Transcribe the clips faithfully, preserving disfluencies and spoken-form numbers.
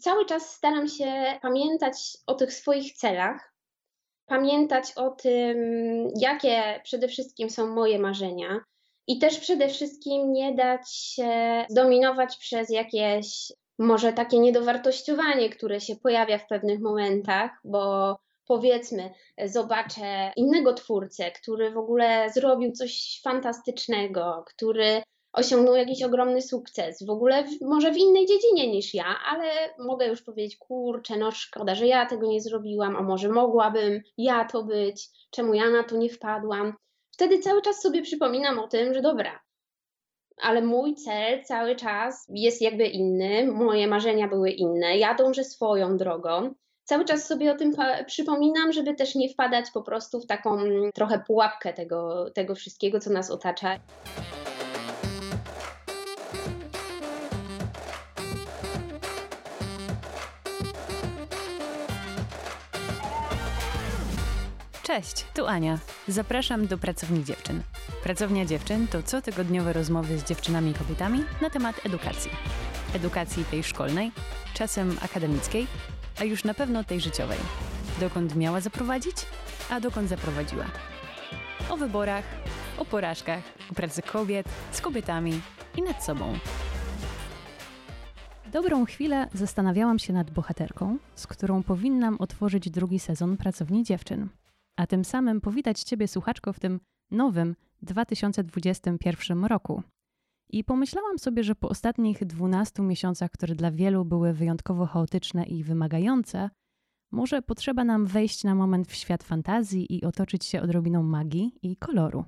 cały czas staram się pamiętać o tych swoich celach, pamiętać o tym, jakie przede wszystkim są moje marzenia i też przede wszystkim nie dać się zdominować przez jakieś może takie niedowartościowanie, które się pojawia w pewnych momentach, bo powiedzmy, zobaczę innego twórcę, który w ogóle zrobił coś fantastycznego, który osiągnął jakiś ogromny sukces, w ogóle w, może w innej dziedzinie niż ja, ale mogę już powiedzieć, kurczę, no szkoda, że ja tego nie zrobiłam, a może mogłabym ja to być, czemu ja na to nie wpadłam. Wtedy cały czas sobie przypominam o tym, że dobra, ale mój cel cały czas jest jakby inny, moje marzenia były inne, ja dążę swoją drogą. Cały czas sobie o tym pa- przypominam, żeby też nie wpadać po prostu w taką mm, trochę pułapkę tego, tego wszystkiego, co nas otacza. Cześć, tu Ania. Zapraszam do Pracowni Dziewczyn. Pracownia Dziewczyn to cotygodniowe rozmowy z dziewczynami i kobietami na temat edukacji. Edukacji tej szkolnej, czasem akademickiej, a już na pewno tej życiowej. Dokąd miała zaprowadzić, a dokąd zaprowadziła. O wyborach, o porażkach, o pracy kobiet, z kobietami i nad sobą. Dobrą chwilę zastanawiałam się nad bohaterką, z którą powinnam otworzyć drugi sezon Pracowni Dziewczyn. A tym samym powitać Ciebie, słuchaczko, w tym nowym dwa tysiące dwudziestym pierwszym roku. I pomyślałam sobie, że po ostatnich dwunastu miesiącach, które dla wielu były wyjątkowo chaotyczne i wymagające, może potrzeba nam wejść na moment w świat fantazji i otoczyć się odrobiną magii i koloru.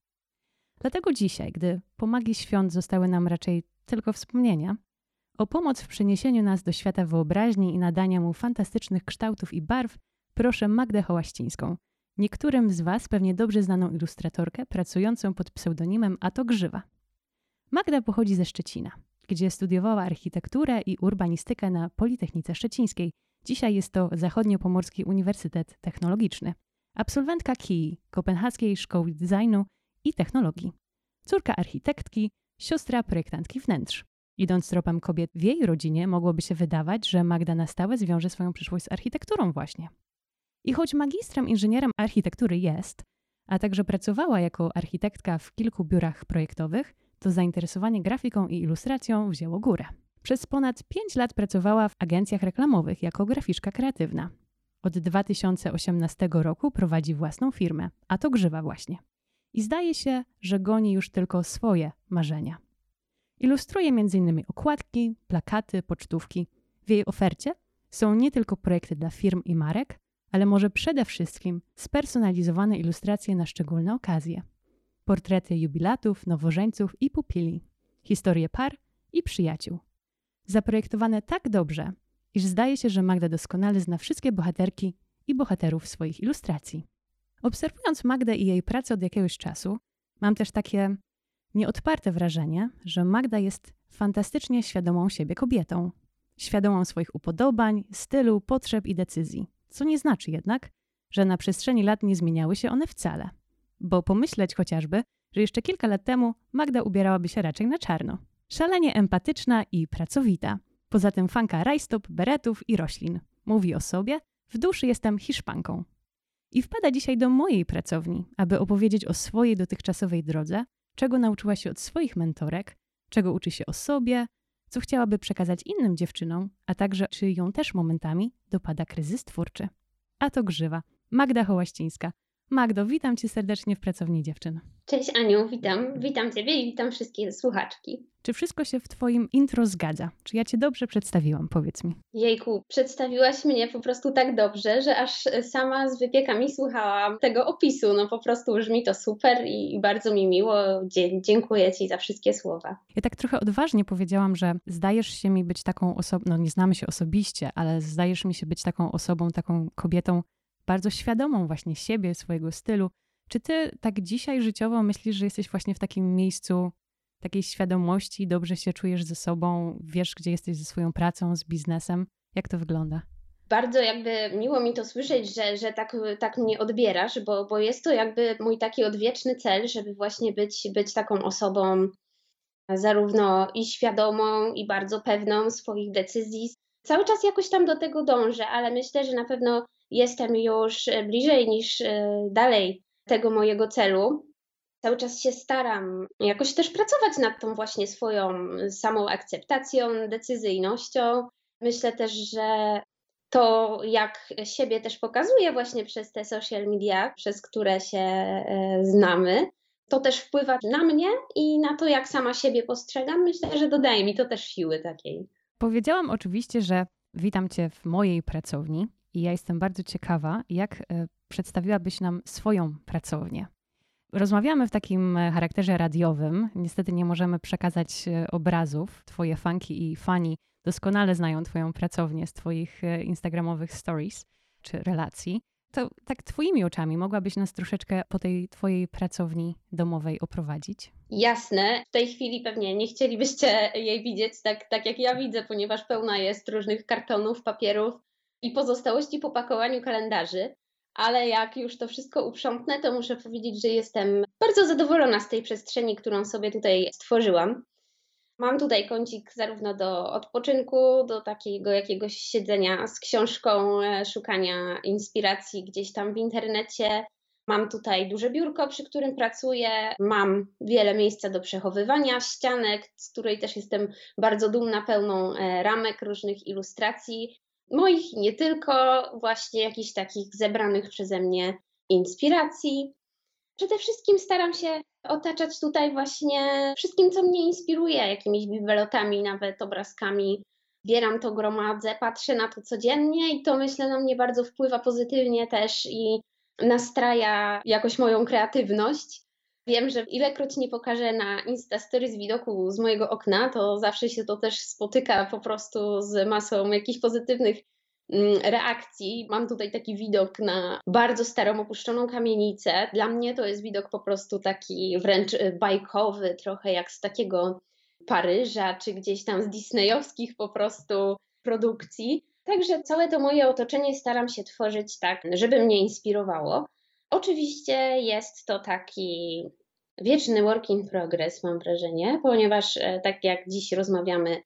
Dlatego dzisiaj, gdy po magii świąt zostały nam raczej tylko wspomnienia, o pomoc w przeniesieniu nas do świata wyobraźni i nadania mu fantastycznych kształtów i barw proszę Magdę Hołaścińską, niektórym z Was pewnie dobrze znaną ilustratorkę pracującą pod pseudonimem A to Grzywa. Magda pochodzi ze Szczecina, gdzie studiowała architekturę i urbanistykę na Politechnice Szczecińskiej. Dzisiaj jest to Zachodniopomorski Uniwersytet Technologiczny. Absolwentka K I I, Kopenhaskiej Szkoły Designu i Technologii. Córka architektki, siostra projektantki wnętrz. Idąc tropem kobiet w jej rodzinie, mogłoby się wydawać, że Magda na stałe zwiąże swoją przyszłość z architekturą właśnie. I choć magistrem inżynierem architektury jest, a także pracowała jako architektka w kilku biurach projektowych, to zainteresowanie grafiką i ilustracją wzięło górę. Przez ponad pięć lat pracowała w agencjach reklamowych jako graficzka kreatywna. Od dwa tysiące osiemnastego roku prowadzi własną firmę, a to Grzywa właśnie. I zdaje się, że goni już tylko swoje marzenia. Ilustruje między innymi okładki, plakaty, pocztówki. W jej ofercie są nie tylko projekty dla firm i marek, ale może przede wszystkim spersonalizowane ilustracje na szczególne okazje. Portrety jubilatów, nowożeńców i pupili. Historie par i przyjaciół. Zaprojektowane tak dobrze, iż zdaje się, że Magda doskonale zna wszystkie bohaterki i bohaterów swoich ilustracji. Obserwując Magdę i jej pracę od jakiegoś czasu, mam też takie nieodparte wrażenie, że Magda jest fantastycznie świadomą siebie kobietą. Świadomą swoich upodobań, stylu, potrzeb i decyzji. Co nie znaczy jednak, że na przestrzeni lat nie zmieniały się one wcale. Bo pomyśleć chociażby, że jeszcze kilka lat temu Magda ubierałaby się raczej na czarno. Szalenie empatyczna i pracowita. Poza tym fanka rajstop, beretów i roślin. Mówi o sobie, w duszy jestem Hiszpanką. I wpada dzisiaj do mojej pracowni, aby opowiedzieć o swojej dotychczasowej drodze, czego nauczyła się od swoich mentorek, czego uczy się o sobie, co chciałaby przekazać innym dziewczynom, a także czy ją też momentami dopada kryzys twórczy. A to Grzywa. Magda Hołaścińska. Magdo, witam Cię serdecznie w Pracowni Dziewczyn. Cześć Aniu, witam, witam Ciebie i witam wszystkie słuchaczki. Czy wszystko się w Twoim intro zgadza? Czy ja Cię dobrze przedstawiłam? Powiedz mi. Jejku, przedstawiłaś mnie po prostu tak dobrze, że aż sama z wypiekami słuchałam tego opisu. No po prostu brzmi to super i, i bardzo mi miło. Dzie- dziękuję Ci za wszystkie słowa. Ja tak trochę odważnie powiedziałam, że zdajesz się mi być taką osobą, no nie znamy się osobiście, ale zdajesz mi się być taką osobą, taką kobietą bardzo świadomą właśnie siebie, swojego stylu. Czy Ty tak dzisiaj życiowo myślisz, że jesteś właśnie w takim miejscu takiej świadomości, dobrze się czujesz ze sobą, wiesz, gdzie jesteś ze swoją pracą, z biznesem? Jak to wygląda? Bardzo jakby miło mi to słyszeć, że, że tak, tak mnie odbierasz, bo, bo jest to jakby mój taki odwieczny cel, żeby właśnie być, być taką osobą zarówno i świadomą, i bardzo pewną swoich decyzji, Cały czas jakoś tam do tego dążę, ale myślę, że na pewno jestem już e, bliżej niż e, dalej tego mojego celu. Cały czas się staram jakoś też pracować nad tą właśnie swoją samą akceptacją, decyzyjnością. Myślę też, że to, jak siebie też pokazuję właśnie przez te social media, przez które się e, znamy, to też wpływa na mnie i na to, jak sama siebie postrzegam. Myślę, że dodaje mi to też siły takiej. Powiedziałam oczywiście, że witam Cię w mojej pracowni i ja jestem bardzo ciekawa, jak e, przedstawiłabyś nam swoją pracownię. Rozmawiamy w takim e, charakterze radiowym. Niestety nie możemy przekazać e, obrazów. Twoje fanki i fani doskonale znają Twoją pracownię z Twoich e, instagramowych stories czy relacji. To tak Twoimi oczami mogłabyś nas troszeczkę po tej Twojej pracowni domowej oprowadzić? Jasne, w tej chwili pewnie nie chcielibyście jej widzieć tak, tak jak ja widzę, ponieważ pełna jest różnych kartonów, papierów i pozostałości po pakowaniu kalendarzy. Ale jak już to wszystko uprzątnę, to muszę powiedzieć, że jestem bardzo zadowolona z tej przestrzeni, którą sobie tutaj stworzyłam. Mam tutaj kącik zarówno do odpoczynku, do takiego jakiegoś siedzenia z książką, e, szukania inspiracji gdzieś tam w internecie. Mam tutaj duże biurko, przy którym pracuję. Mam wiele miejsca do przechowywania ścianek, z której też jestem bardzo dumna, pełną e, ramek, różnych ilustracji. Moich i nie tylko, właśnie jakichś takich zebranych przeze mnie inspiracji. Przede wszystkim staram się otaczać tutaj właśnie wszystkim, co mnie inspiruje, jakimiś bibelotami, nawet obrazkami. Zbieram to, gromadzę, patrzę na to codziennie i to, myślę, na mnie bardzo wpływa pozytywnie też i nastraja jakoś moją kreatywność. Wiem, że ilekroć nie pokażę na Insta Story z widoku z mojego okna, to zawsze się to też spotyka po prostu z masą jakichś pozytywnych mm, reakcji. Mam tutaj taki widok na bardzo starą, opuszczoną kamienicę. Dla mnie to jest widok po prostu taki wręcz y, bajkowy, trochę jak z takiego Paryża, czy gdzieś tam z disneyowskich po prostu produkcji. Także całe to moje otoczenie staram się tworzyć tak, żeby mnie inspirowało. Oczywiście jest to taki wieczny work in progress, mam wrażenie, ponieważ e, tak jak dziś rozmawiamy,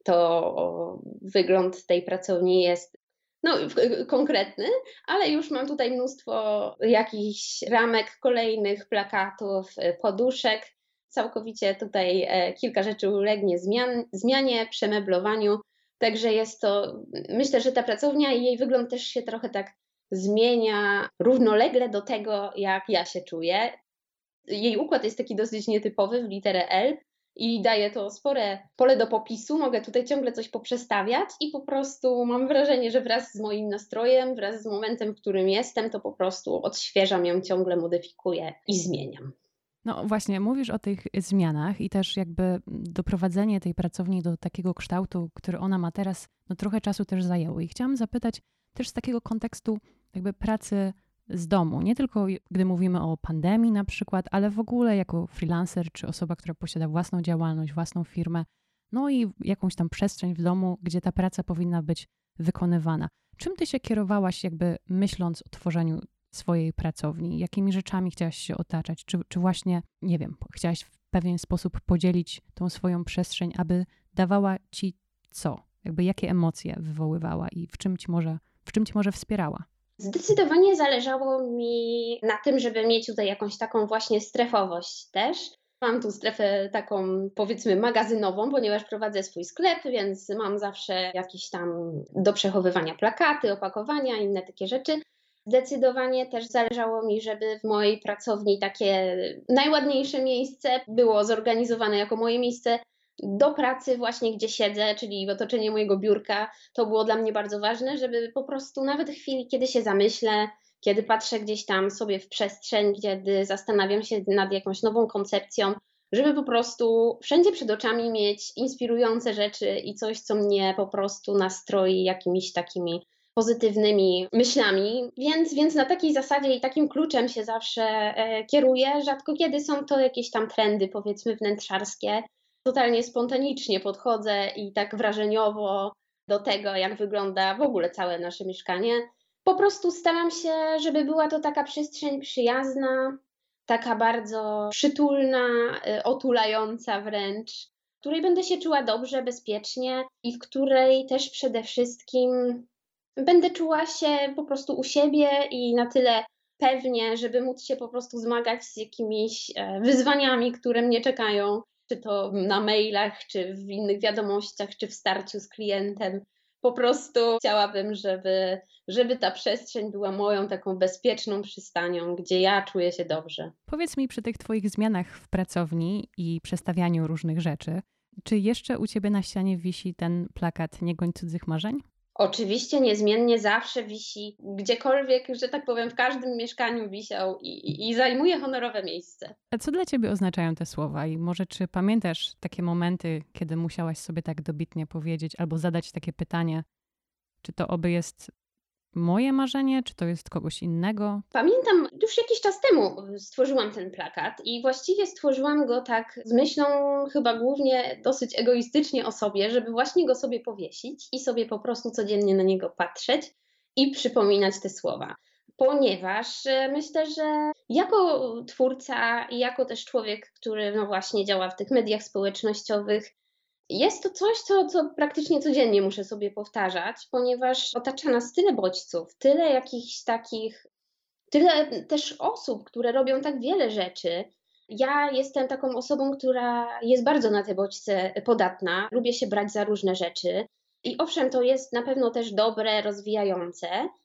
to wygląd tej pracowni jest no, w- konkretny, ale już mam tutaj mnóstwo jakichś ramek kolejnych, plakatów, e, poduszek. Całkowicie tutaj e, kilka rzeczy ulegnie zmian, zmianie, przemeblowaniu. Także jest to, myślę, że ta pracownia i jej wygląd też się trochę tak zmienia równolegle do tego, jak ja się czuję. Jej układ jest taki dosyć nietypowy w literę L i daje to spore pole do popisu. Mogę tutaj ciągle coś poprzestawiać i po prostu mam wrażenie, że wraz z moim nastrojem, wraz z momentem, w którym jestem, to po prostu odświeżam ją, ciągle modyfikuję i zmieniam. No właśnie, mówisz o tych zmianach i też jakby doprowadzenie tej pracowni do takiego kształtu, który ona ma teraz, no trochę czasu też zajęło. I chciałam zapytać też z takiego kontekstu jakby pracy z domu, nie tylko gdy mówimy o pandemii na przykład, ale w ogóle jako freelancer czy osoba, która posiada własną działalność, własną firmę, no i jakąś tam przestrzeń w domu, gdzie ta praca powinna być wykonywana. Czym ty się kierowałaś jakby myśląc o tworzeniu swojej pracowni? Jakimi rzeczami chciałaś się otaczać? Czy, czy właśnie, nie wiem, chciałaś w pewien sposób podzielić tą swoją przestrzeń, aby dawała ci co? Jakby jakie emocje wywoływała i w czym ci może, w czym ci może wspierała? Zdecydowanie zależało mi na tym, żeby mieć tutaj jakąś taką właśnie strefowość też. Mam tu strefę taką, powiedzmy, magazynową, ponieważ prowadzę swój sklep, więc mam zawsze jakieś tam do przechowywania plakaty, opakowania, inne takie rzeczy. Zdecydowanie też zależało mi, żeby w mojej pracowni takie najładniejsze miejsce było zorganizowane jako moje miejsce do pracy właśnie, gdzie siedzę, czyli w otoczeniu mojego biurka. To było dla mnie bardzo ważne, żeby po prostu nawet chwili, kiedy się zamyślę, kiedy patrzę gdzieś tam sobie w przestrzeń, kiedy zastanawiam się nad jakąś nową koncepcją, żeby po prostu wszędzie przed oczami mieć inspirujące rzeczy i coś, co mnie po prostu nastroi jakimiś takimi pozytywnymi myślami, więc, więc na takiej zasadzie i takim kluczem się zawsze e, kieruję. Rzadko kiedy są to jakieś tam trendy, powiedzmy, wnętrzarskie. Totalnie spontanicznie podchodzę i tak wrażeniowo do tego, jak wygląda w ogóle całe nasze mieszkanie. Po prostu staram się, żeby była to taka przestrzeń przyjazna, taka bardzo przytulna, y, otulająca wręcz. w której będę się czuła dobrze, bezpiecznie i w której też przede wszystkim będę czuła się po prostu u siebie i na tyle pewnie, żeby móc się po prostu zmagać z jakimiś e, wyzwaniami, które mnie czekają, czy to na mailach, czy w innych wiadomościach, czy w starciu z klientem. Po prostu chciałabym, żeby, żeby ta przestrzeń była moją taką bezpieczną przystanią, gdzie ja czuję się dobrze. Powiedz mi, przy tych twoich zmianach w pracowni i przestawianiu różnych rzeczy, czy jeszcze u ciebie na ścianie wisi ten plakat "Nie goń cudzych marzeń"? Oczywiście niezmiennie zawsze wisi gdziekolwiek, że tak powiem, w każdym mieszkaniu wisiał i, i, i zajmuje honorowe miejsce. A co dla ciebie oznaczają te słowa? I może czy pamiętasz takie momenty, kiedy musiałaś sobie tak dobitnie powiedzieć albo zadać takie pytanie, czy to oby jest moje marzenie, czy to jest kogoś innego? Pamiętam, już jakiś czas temu stworzyłam ten plakat i właściwie stworzyłam go tak z myślą chyba głównie dosyć egoistycznie o sobie, żeby właśnie go sobie powiesić i sobie po prostu codziennie na niego patrzeć i przypominać te słowa. Ponieważ e, myślę, że jako twórca i jako też człowiek, który no właśnie działa w tych mediach społecznościowych, jest to coś, co, co praktycznie codziennie muszę sobie powtarzać, ponieważ otacza nas tyle bodźców, tyle jakichś takich, tyle też osób, które robią tak wiele rzeczy. Ja jestem taką osobą, która jest bardzo na te bodźce podatna, lubię się brać za różne rzeczy i owszem, to jest na pewno też dobre, rozwijające,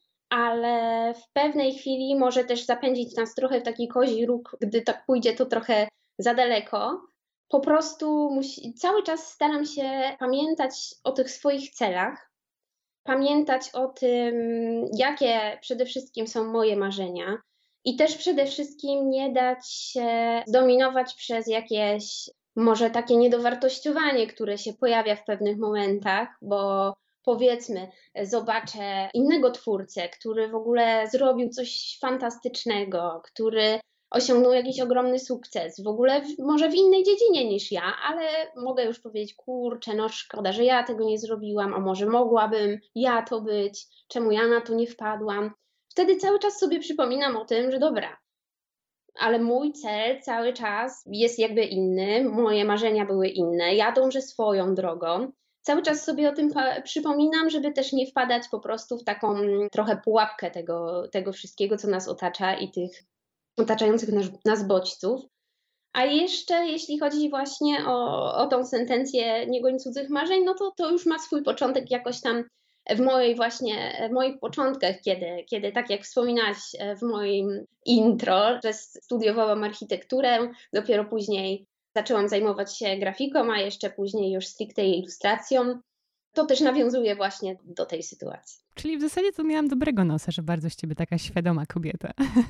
ale w pewnej chwili może też zapędzić nas trochę w taki kozi róg, gdy tak pójdzie to trochę za daleko. Po prostu musi, cały czas staram się pamiętać o tych swoich celach, pamiętać o tym, jakie przede wszystkim są moje marzenia i też przede wszystkim nie dać się zdominować przez jakieś może takie niedowartościowanie, które się pojawia w pewnych momentach, bo powiedzmy, zobaczę innego twórcę, który w ogóle zrobił coś fantastycznego, który osiągnął jakiś ogromny sukces, w ogóle w, może w innej dziedzinie niż ja, ale mogę już powiedzieć, kurczę, no szkoda, że ja tego nie zrobiłam, a może mogłabym ja to być, czemu ja na to nie wpadłam. Wtedy cały czas sobie przypominam o tym, że dobra, ale mój cel cały czas jest jakby inny, moje marzenia były inne, ja dążę swoją drogą. Cały czas sobie o tym pa- przypominam, żeby też nie wpadać po prostu w taką trochę pułapkę tego, tego wszystkiego, co nas otacza i tych otaczających nas, nas bodźców. A jeszcze jeśli chodzi właśnie o, o tą sentencję "Nie goń cudzych marzeń", no to to już ma swój początek jakoś tam w mojej właśnie, w moich początkach, kiedy, kiedy tak jak wspominałaś w moim intro, że studiowałam architekturę, dopiero później zaczęłam zajmować się grafiką, a jeszcze później już stricte ilustracją. To też nawiązuje właśnie do tej sytuacji. Czyli w zasadzie to miałam dobrego nosa, że bardzo z ciebie taka świadoma kobieta.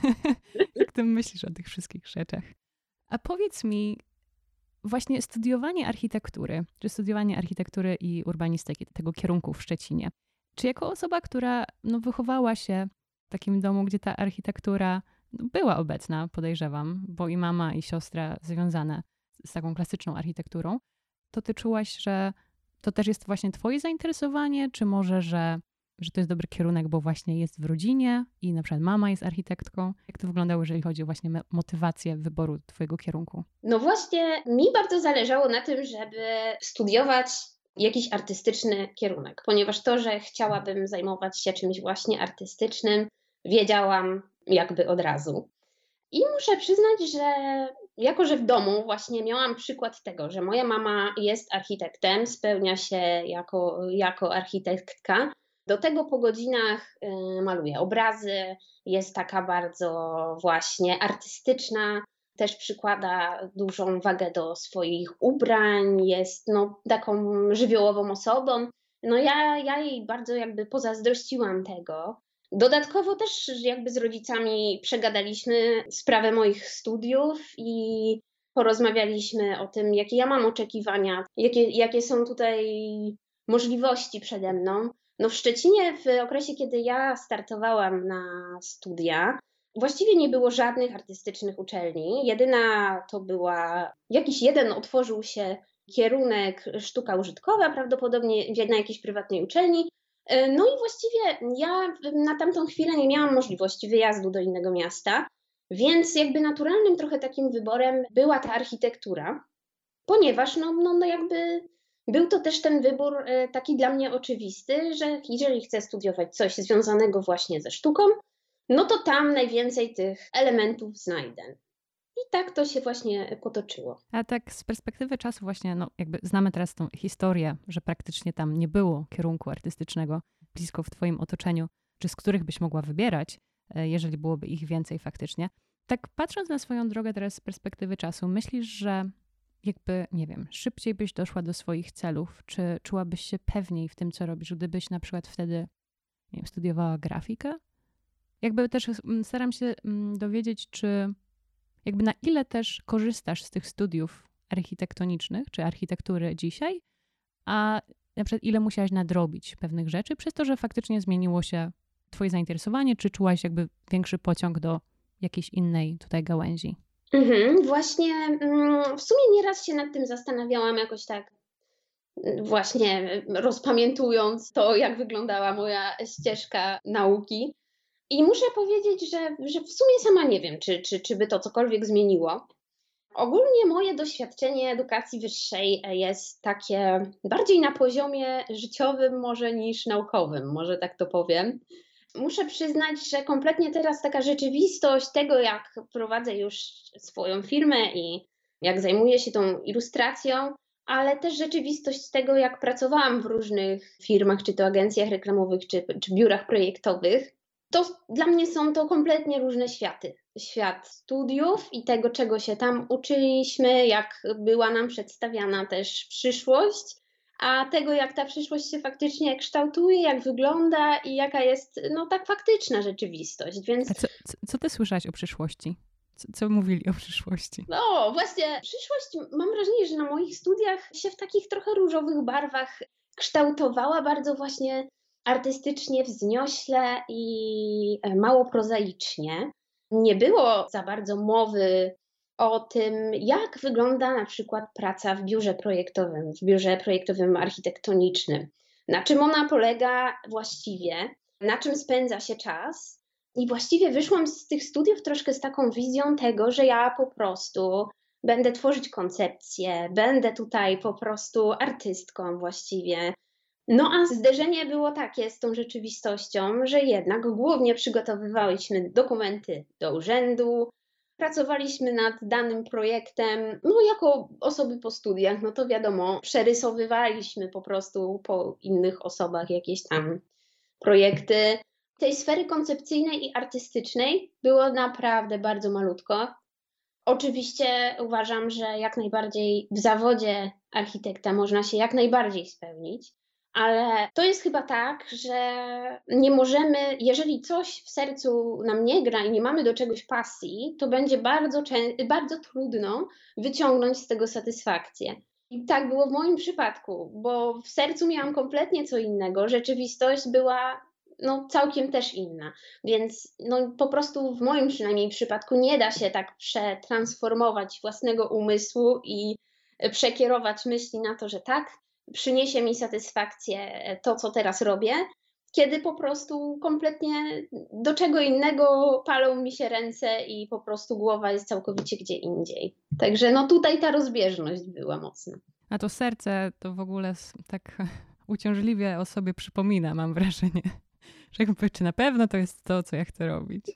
Jak ty myślisz o tych wszystkich rzeczach? A powiedz mi, właśnie studiowanie architektury, czy studiowanie architektury i urbanistyki, tego kierunku w Szczecinie, czy jako osoba, która no, wychowała się w takim domu, gdzie ta architektura no, była obecna, podejrzewam, bo i mama, i siostra związane z taką klasyczną architekturą, to ty czułaś, że to też jest właśnie twoje zainteresowanie, czy może, że, że to jest dobry kierunek, bo właśnie jest w rodzinie i na przykład mama jest architektką? Jak to wyglądało, jeżeli chodzi o właśnie motywację wyboru twojego kierunku? No właśnie, mi bardzo zależało na tym, żeby studiować jakiś artystyczny kierunek, ponieważ to, że chciałabym zajmować się czymś właśnie artystycznym, wiedziałam jakby od razu. I muszę przyznać, że jako, że w domu właśnie miałam przykład tego, że moja mama jest architektem, spełnia się jako, jako architektka, do tego po godzinach y, maluje obrazy, jest taka bardzo właśnie artystyczna, też przykłada dużą wagę do swoich ubrań, jest no, taką żywiołową osobą. No ja, ja jej bardzo jakby pozazdrościłam tego. Dodatkowo też jakby z rodzicami przegadaliśmy sprawę moich studiów i porozmawialiśmy o tym, jakie ja mam oczekiwania, jakie, jakie są tutaj możliwości przede mną. No w Szczecinie w okresie, kiedy ja startowałam na studia, właściwie nie było żadnych artystycznych uczelni. Jedyna to była, jakiś jeden otworzył się kierunek sztuka użytkowa, prawdopodobnie na jakiejś prywatnej uczelni. No i właściwie ja na tamtą chwilę nie miałam możliwości wyjazdu do innego miasta, więc jakby naturalnym trochę takim wyborem była ta architektura. ponieważ no, no, no jakby był to też ten wybór e, taki dla mnie oczywisty, że jeżeli chcę studiować coś związanego właśnie ze sztuką, no to tam najwięcej tych elementów znajdę. I tak to się właśnie potoczyło. A tak z perspektywy czasu właśnie, no jakby znamy teraz tą historię, że praktycznie tam nie było kierunku artystycznego blisko w twoim otoczeniu, czy z których byś mogła wybierać, e, jeżeli byłoby ich więcej faktycznie. Tak patrząc na swoją drogę teraz z perspektywy czasu, myślisz, że jakby, nie wiem, szybciej byś doszła do swoich celów, czy czułabyś się pewniej w tym, co robisz, gdybyś na przykład wtedy, nie wiem, studiowała grafikę? Jakby też mm, staram się mm, dowiedzieć, czy jakby na ile też korzystasz z tych studiów architektonicznych, czy architektury dzisiaj, a na przykład ile musiałaś nadrobić pewnych rzeczy, przez to, że faktycznie zmieniło się twoje zainteresowanie, czy czułaś jakby większy pociąg do jakiejś innej tutaj gałęzi? Mhm, właśnie mm, w sumie nieraz się nad tym zastanawiałam jakoś tak mm, właśnie y, rozpamiętując to, jak wyglądała moja ścieżka nauki. I muszę powiedzieć, że, że w sumie sama nie wiem, czy, czy, czy by to cokolwiek zmieniło. Ogólnie moje doświadczenie edukacji wyższej jest takie bardziej na poziomie życiowym może niż naukowym, może tak to powiem. Muszę przyznać, że kompletnie teraz taka rzeczywistość tego, jak prowadzę już swoją firmę i jak zajmuję się tą ilustracją, ale też rzeczywistość tego, jak pracowałam w różnych firmach, czy to agencjach reklamowych, czy, czy biurach projektowych, to dla mnie są to kompletnie różne światy. Świat studiów i tego, czego się tam uczyliśmy, jak była nam przedstawiana też przyszłość, a tego, jak ta przyszłość się faktycznie kształtuje, jak wygląda i jaka jest, no tak faktyczna rzeczywistość, więc... A co, co, co ty słyszałaś o przyszłości? Co, co mówili o przyszłości? No właśnie, przyszłość mam wrażenie, że na moich studiach się w takich trochę różowych barwach kształtowała bardzo właśnie artystycznie, wzniośle i e, mało prozaicznie. Nie było za bardzo mowy o tym, jak wygląda na przykład praca w biurze projektowym, w biurze projektowym architektonicznym, na czym ona polega właściwie, na czym spędza się czas. I właściwie wyszłam z tych studiów troszkę z taką wizją tego, że ja po prostu będę tworzyć koncepcje, będę tutaj po prostu artystką właściwie. No a zderzenie było takie z tą rzeczywistością, że jednak głównie przygotowywałyśmy dokumenty do urzędu, pracowaliśmy nad danym projektem, no jako osoby po studiach, no to wiadomo, przerysowywaliśmy po prostu po innych osobach jakieś tam projekty. Tej sfery koncepcyjnej i artystycznej było naprawdę bardzo malutko. Oczywiście uważam, że jak najbardziej w zawodzie architekta można się jak najbardziej spełnić, ale to jest chyba tak, że nie możemy, jeżeli coś w sercu nam nie gra i nie mamy do czegoś pasji, to będzie bardzo, czę- bardzo trudno wyciągnąć z tego satysfakcję. I tak było w moim przypadku, bo w sercu miałam kompletnie co innego. Rzeczywistość była no, całkiem też inna. Więc no, po prostu w moim przynajmniej przypadku nie da się tak przetransformować własnego umysłu i przekierować myśli na to, że tak, przyniesie mi satysfakcję to, co teraz robię, kiedy po prostu kompletnie do czego innego palą mi się ręce i po prostu głowa jest całkowicie gdzie indziej. Także no tutaj ta rozbieżność była mocna. A to serce to w ogóle s- tak uciążliwie o sobie przypomina, mam wrażenie. Że jakby, czy na pewno to jest to, co ja chcę robić.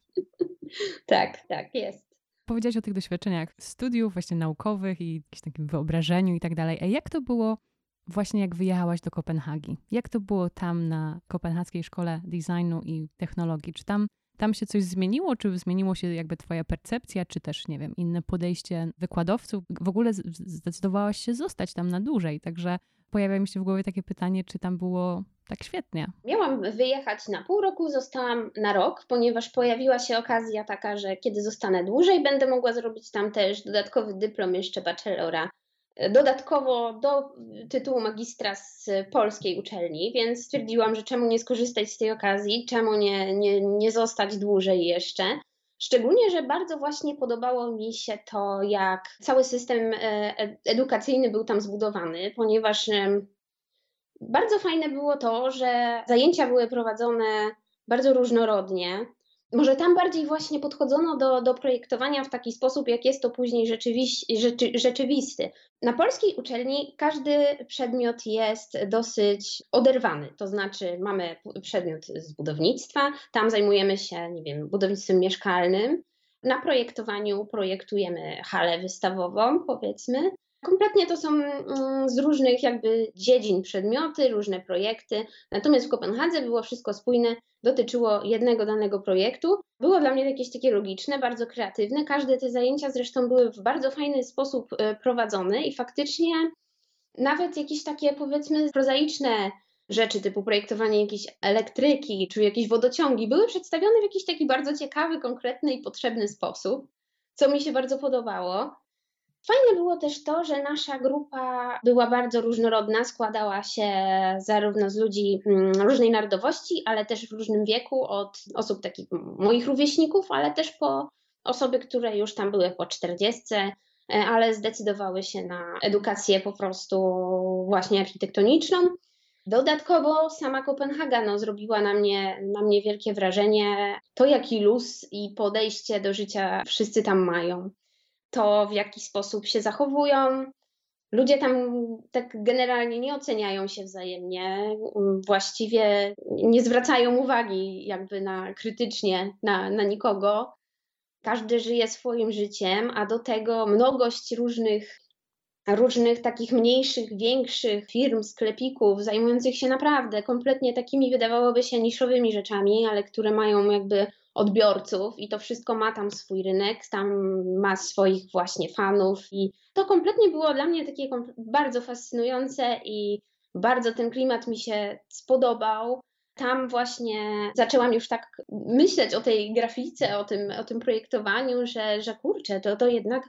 Tak, tak, jest. Powiedziałaś o tych doświadczeniach studiów właśnie naukowych i jakimś takim wyobrażeniu i tak dalej. A jak to było właśnie jak wyjechałaś do Kopenhagi? Jak to było tam na Kopenhaskiej Szkole Designu i Technologii? Czy tam, tam się coś zmieniło? Czy zmieniło się jakby twoja percepcja, czy też, nie wiem, inne podejście wykładowców? W ogóle z- zdecydowałaś się zostać tam na dłużej, także pojawia mi się w głowie takie pytanie, czy tam było tak świetnie? Miałam wyjechać na pół roku, zostałam na rok, ponieważ pojawiła się okazja taka, że kiedy zostanę dłużej, będę mogła zrobić tam też dodatkowy dyplom jeszcze bachelora. Dodatkowo do tytułu magistra z polskiej uczelni, więc stwierdziłam, że czemu nie skorzystać z tej okazji, czemu nie, nie, nie zostać dłużej jeszcze. Szczególnie, że bardzo właśnie podobało mi się to, jak cały system e, edukacyjny był tam zbudowany, ponieważ em, bardzo fajne było to, że zajęcia były prowadzone bardzo różnorodnie. Może tam bardziej właśnie podchodzono do, do projektowania w taki sposób, jak jest to później rzeczywiś, rzeczy, rzeczywisty. Na polskiej uczelni każdy przedmiot jest dosyć oderwany, to znaczy mamy przedmiot z budownictwa, tam zajmujemy się, nie wiem, budownictwem mieszkalnym. Na projektowaniu projektujemy halę wystawową, powiedzmy. Kompletnie to są mm, z różnych jakby dziedzin przedmioty, różne projekty. Natomiast w Kopenhadze było wszystko spójne, dotyczyło jednego danego projektu. Było dla mnie jakieś takie logiczne, bardzo kreatywne. Każde te zajęcia zresztą były w bardzo fajny sposób e, prowadzone i faktycznie nawet jakieś takie powiedzmy prozaiczne rzeczy typu projektowanie jakiejś elektryki czy jakieś wodociągi były przedstawione w jakiś taki bardzo ciekawy, konkretny i potrzebny sposób, co mi się bardzo podobało. Fajne było też to, że nasza grupa była bardzo różnorodna, składała się zarówno z ludzi mm, różnej narodowości, ale też w różnym wieku, od osób takich moich rówieśników, ale też po osoby, które już tam były po czterdziestce, e, ale zdecydowały się na edukację po prostu właśnie architektoniczną. Dodatkowo sama Kopenhaga no, zrobiła na mnie, na mnie wielkie wrażenie. To, jaki luz i podejście do życia wszyscy tam mają. To, w jaki sposób się zachowują. Ludzie tam tak generalnie nie oceniają się wzajemnie, właściwie nie zwracają uwagi jakby na krytycznie na, na nikogo. Każdy żyje swoim życiem, a do tego mnogość różnych, różnych takich mniejszych, większych firm, sklepików zajmujących się naprawdę kompletnie takimi wydawałoby się niszowymi rzeczami, ale które mają jakby odbiorców i to wszystko ma tam swój rynek, tam ma swoich właśnie fanów i to kompletnie było dla mnie takie bardzo fascynujące i bardzo ten klimat mi się spodobał. Tam właśnie zaczęłam już tak myśleć o tej grafice, o tym, o tym projektowaniu, że, że kurczę, to, to jednak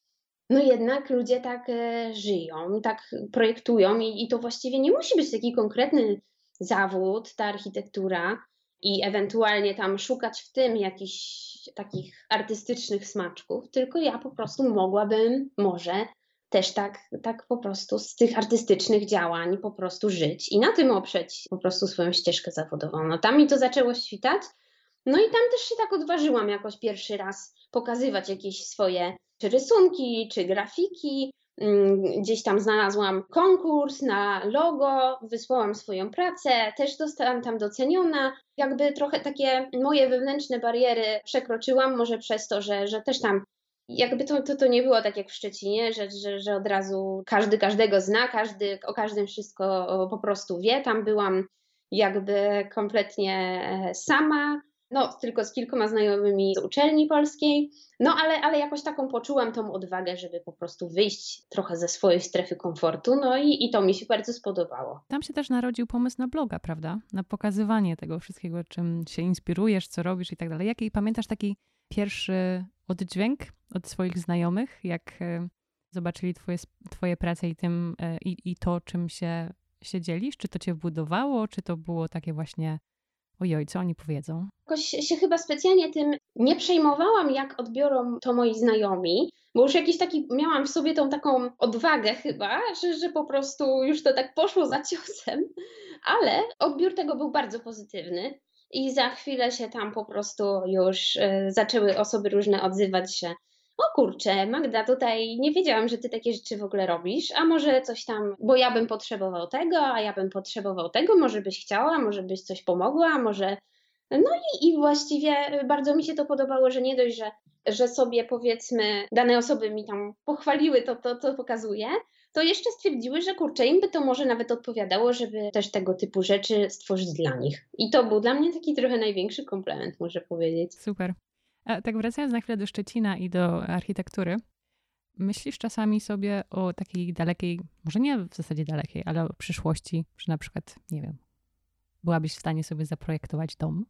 no jednak ludzie tak e, żyją, tak projektują i, i to właściwie nie musi być taki konkretny zawód, ta architektura i ewentualnie tam szukać w tym jakichś takich artystycznych smaczków, tylko ja po prostu mogłabym może też tak, tak po prostu z tych artystycznych działań po prostu żyć i na tym oprzeć po prostu swoją ścieżkę zawodową. No tam mi to zaczęło świtać, no i tam też się tak odważyłam jakoś pierwszy raz pokazywać jakieś swoje czy rysunki, czy grafiki. Gdzieś tam znalazłam konkurs na logo, wysłałam swoją pracę, też zostałam tam doceniona. Jakby trochę takie moje wewnętrzne bariery przekroczyłam, może przez to, że, że też tam jakby to, to, to nie było tak jak w Szczecinie, że, że, że od razu każdy każdego zna, każdy o każdym wszystko po prostu wie. Tam byłam jakby kompletnie sama. No, tylko z kilkoma znajomymi z uczelni polskiej, no ale, ale jakoś taką poczułam tą odwagę, żeby po prostu wyjść trochę ze swojej strefy komfortu, no i, i to mi się bardzo spodobało. Tam się też narodził pomysł na bloga, prawda? Na pokazywanie tego wszystkiego, czym się inspirujesz, co robisz i tak dalej. Jaki pamiętasz taki pierwszy oddźwięk od swoich znajomych, jak zobaczyli twoje, twoje prace i, tym, i, i to, czym się, się dzielisz? Czy to cię budowało, czy to było takie właśnie ojoj, co oni powiedzą? Jakoś się chyba specjalnie tym nie przejmowałam, jak odbiorą to moi znajomi, bo już jakiś taki, miałam w sobie tą taką odwagę chyba, że, że po prostu już to tak poszło za ciosem, ale odbiór tego był bardzo pozytywny i za chwilę się tam po prostu już y, zaczęły osoby różne odzywać, że o kurczę, Magda, tutaj nie wiedziałam, że ty takie rzeczy w ogóle robisz, a może coś tam, bo ja bym potrzebował tego, a ja bym potrzebował tego, może byś chciała, może byś coś pomogła, może... No i, i właściwie bardzo mi się to podobało, że nie dość, że, że sobie powiedzmy dane osoby mi tam pochwaliły to, to, to pokazuje, to jeszcze stwierdziły, że kurczę, im by to może nawet odpowiadało, żeby też tego typu rzeczy stworzyć dla nich. I to był dla mnie taki trochę największy komplement, muszę powiedzieć. Super. A tak wracając na chwilę do Szczecina i do architektury, myślisz czasami sobie o takiej dalekiej, może nie w zasadzie dalekiej, ale o przyszłości, że na przykład, nie wiem, byłabyś w stanie sobie zaprojektować dom?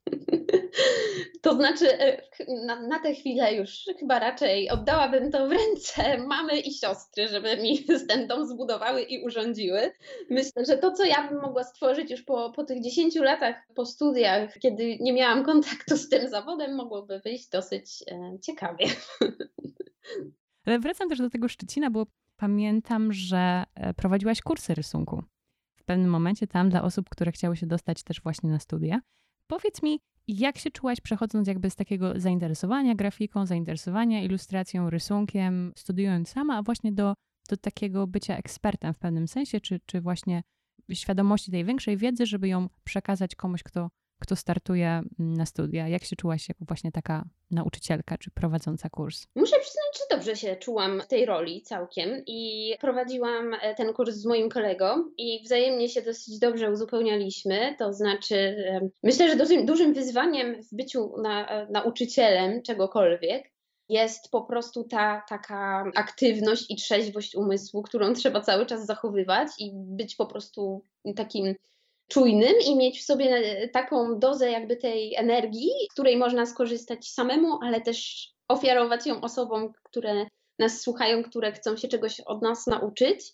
To znaczy na, na tę chwilę już chyba raczej oddałabym to w ręce mamy i siostry, żeby mi ten dom zbudowały i urządziły. Myślę, że to, co ja bym mogła stworzyć już po, po tych dziesięciu latach po studiach, kiedy nie miałam kontaktu z tym zawodem, mogłoby wyjść dosyć e, ciekawie. Ale wracam też do tego Szczecina, bo pamiętam, że prowadziłaś kursy rysunku. W pewnym momencie tam dla osób, które chciały się dostać też właśnie na studia. Powiedz mi, jak się czułaś przechodząc jakby z takiego zainteresowania grafiką, zainteresowania ilustracją, rysunkiem, studiując sama, a właśnie do, do takiego bycia ekspertem w pewnym sensie, czy, czy właśnie świadomości tej większej wiedzy, żeby ją przekazać komuś, kto, kto startuje na studia. Jak się czułaś jako właśnie taka nauczycielka, czy prowadząca kurs? Muszę przyznać, że dobrze się czułam w tej roli całkiem i prowadziłam e, ten kurs z moim kolegą i wzajemnie się dosyć dobrze uzupełnialiśmy. To znaczy, e, myślę, że dużym, dużym wyzwaniem w byciu na, e, nauczycielem czegokolwiek jest po prostu ta taka aktywność i trzeźwość umysłu, którą trzeba cały czas zachowywać i być po prostu takim czujnym i mieć w sobie e, taką dozę jakby tej energii, z której można skorzystać samemu, ale też ofiarować ją osobom, które nas słuchają, które chcą się czegoś od nas nauczyć.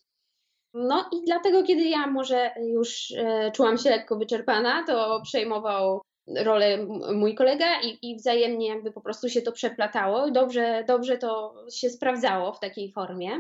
No i dlatego, kiedy ja może już e, czułam się lekko wyczerpana, to przejmował rolę m- mój kolega i, i wzajemnie jakby po prostu się to przeplatało. Dobrze, dobrze to się sprawdzało w takiej formie.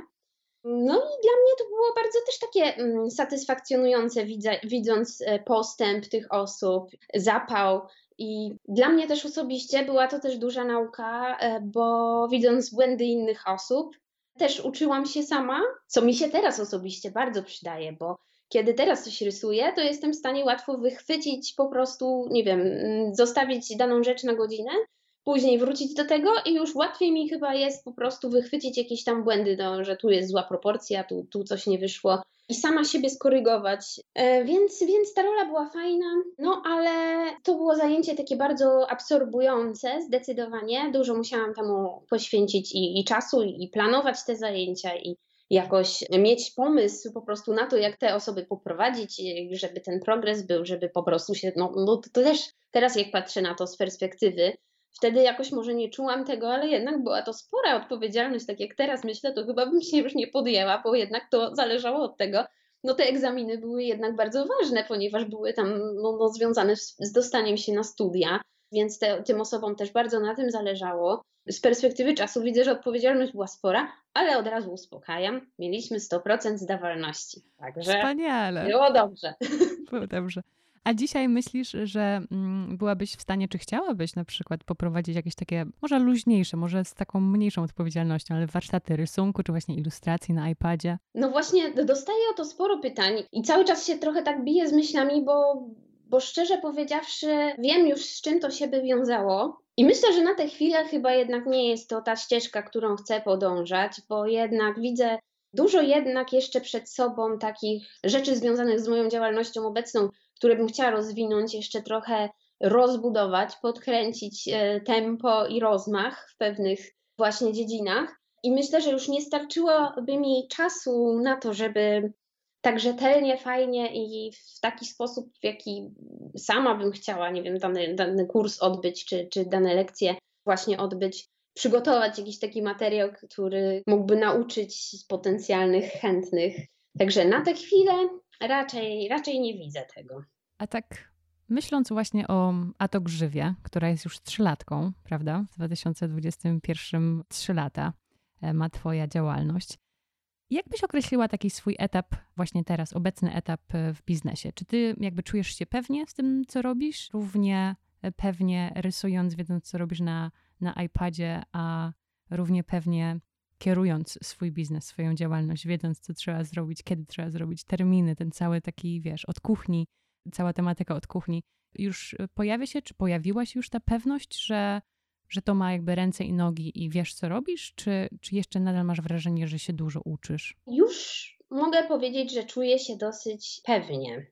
No i dla mnie to było bardzo też takie mm, satysfakcjonujące, widza, widząc e, postęp tych osób, zapał. I dla mnie też osobiście była to też duża nauka, e, bo widząc błędy innych osób, też uczyłam się sama, co mi się teraz osobiście bardzo przydaje, bo kiedy teraz coś rysuję, to jestem w stanie łatwo wychwycić po prostu, nie wiem, mm, zostawić daną rzecz na godzinę, później wrócić do tego i już łatwiej mi chyba jest po prostu wychwycić jakieś tam błędy, no, że tu jest zła proporcja, tu, tu coś nie wyszło i sama siebie skorygować. E, więc, więc ta rola była fajna, no ale to było zajęcie takie bardzo absorbujące zdecydowanie. Dużo musiałam temu poświęcić i, i czasu, i, i planować te zajęcia, i jakoś mieć pomysł po prostu na to, jak te osoby poprowadzić, żeby ten progres był, żeby po prostu się, no, no to, to też teraz jak patrzę na to z perspektywy, wtedy jakoś może nie czułam tego, ale jednak była to spora odpowiedzialność, tak jak teraz myślę, to chyba bym się już nie podjęła, bo jednak to zależało od tego. No te egzaminy były jednak bardzo ważne, ponieważ były tam no, no, związane z, z dostaniem się na studia, więc te, tym osobom też bardzo na tym zależało. Z perspektywy czasu widzę, że odpowiedzialność była spora, ale od razu uspokajam, mieliśmy sto procent zdawalności, także Wspaniale. było dobrze. Było dobrze. A dzisiaj myślisz, że mm, byłabyś w stanie, czy chciałabyś na przykład poprowadzić jakieś takie, może luźniejsze, może z taką mniejszą odpowiedzialnością, ale warsztaty rysunku, czy właśnie ilustracji na iPadzie? No właśnie, dostaję o to sporo pytań i cały czas się trochę tak biję z myślami, bo, bo szczerze powiedziawszy, wiem już z czym to się by wiązało. I myślę, że na tę chwilę chyba jednak nie jest to ta ścieżka, którą chcę podążać, bo jednak widzę dużo jednak jeszcze przed sobą takich rzeczy związanych z moją działalnością obecną, które bym chciała rozwinąć, jeszcze trochę rozbudować, podkręcić e, tempo i rozmach w pewnych właśnie dziedzinach. I myślę, że już nie starczyłoby mi czasu na to, żeby tak rzetelnie, fajnie i w taki sposób, w jaki sama bym chciała, nie wiem, dany, dany kurs odbyć, czy, czy dane lekcje właśnie odbyć, przygotować jakiś taki materiał, który mógłby nauczyć potencjalnych chętnych. Także na tę chwilę raczej, raczej nie widzę tego. A tak myśląc właśnie o Ato Grzywie, która jest już trzylatką, prawda? W dwa tysiące dwudziestym pierwszym trzy lata e, ma twoja działalność. Jak byś określiła taki swój etap, właśnie teraz, obecny etap e, w biznesie? Czy ty jakby czujesz się pewnie z tym, co robisz? Równie e, pewnie rysując, wiedząc, co robisz na, na iPadzie, a równie pewnie kierując swój biznes, swoją działalność, wiedząc, co trzeba zrobić, kiedy trzeba zrobić, terminy, ten cały taki, wiesz, od kuchni, cała tematyka od kuchni. Już pojawia się, czy pojawiła się już ta pewność, że, że to ma jakby ręce i nogi i wiesz, co robisz? Czy, czy jeszcze nadal masz wrażenie, że się dużo uczysz? Już mogę powiedzieć, że czuję się dosyć pewnie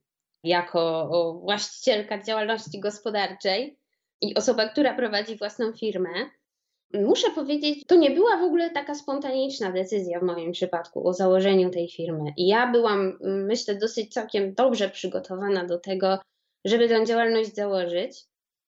jako właścicielka działalności gospodarczej i osoba, która prowadzi własną firmę. Muszę powiedzieć, to nie była w ogóle taka spontaniczna decyzja w moim przypadku o założeniu tej firmy. I ja byłam, myślę, dosyć całkiem dobrze przygotowana do tego, żeby tę działalność założyć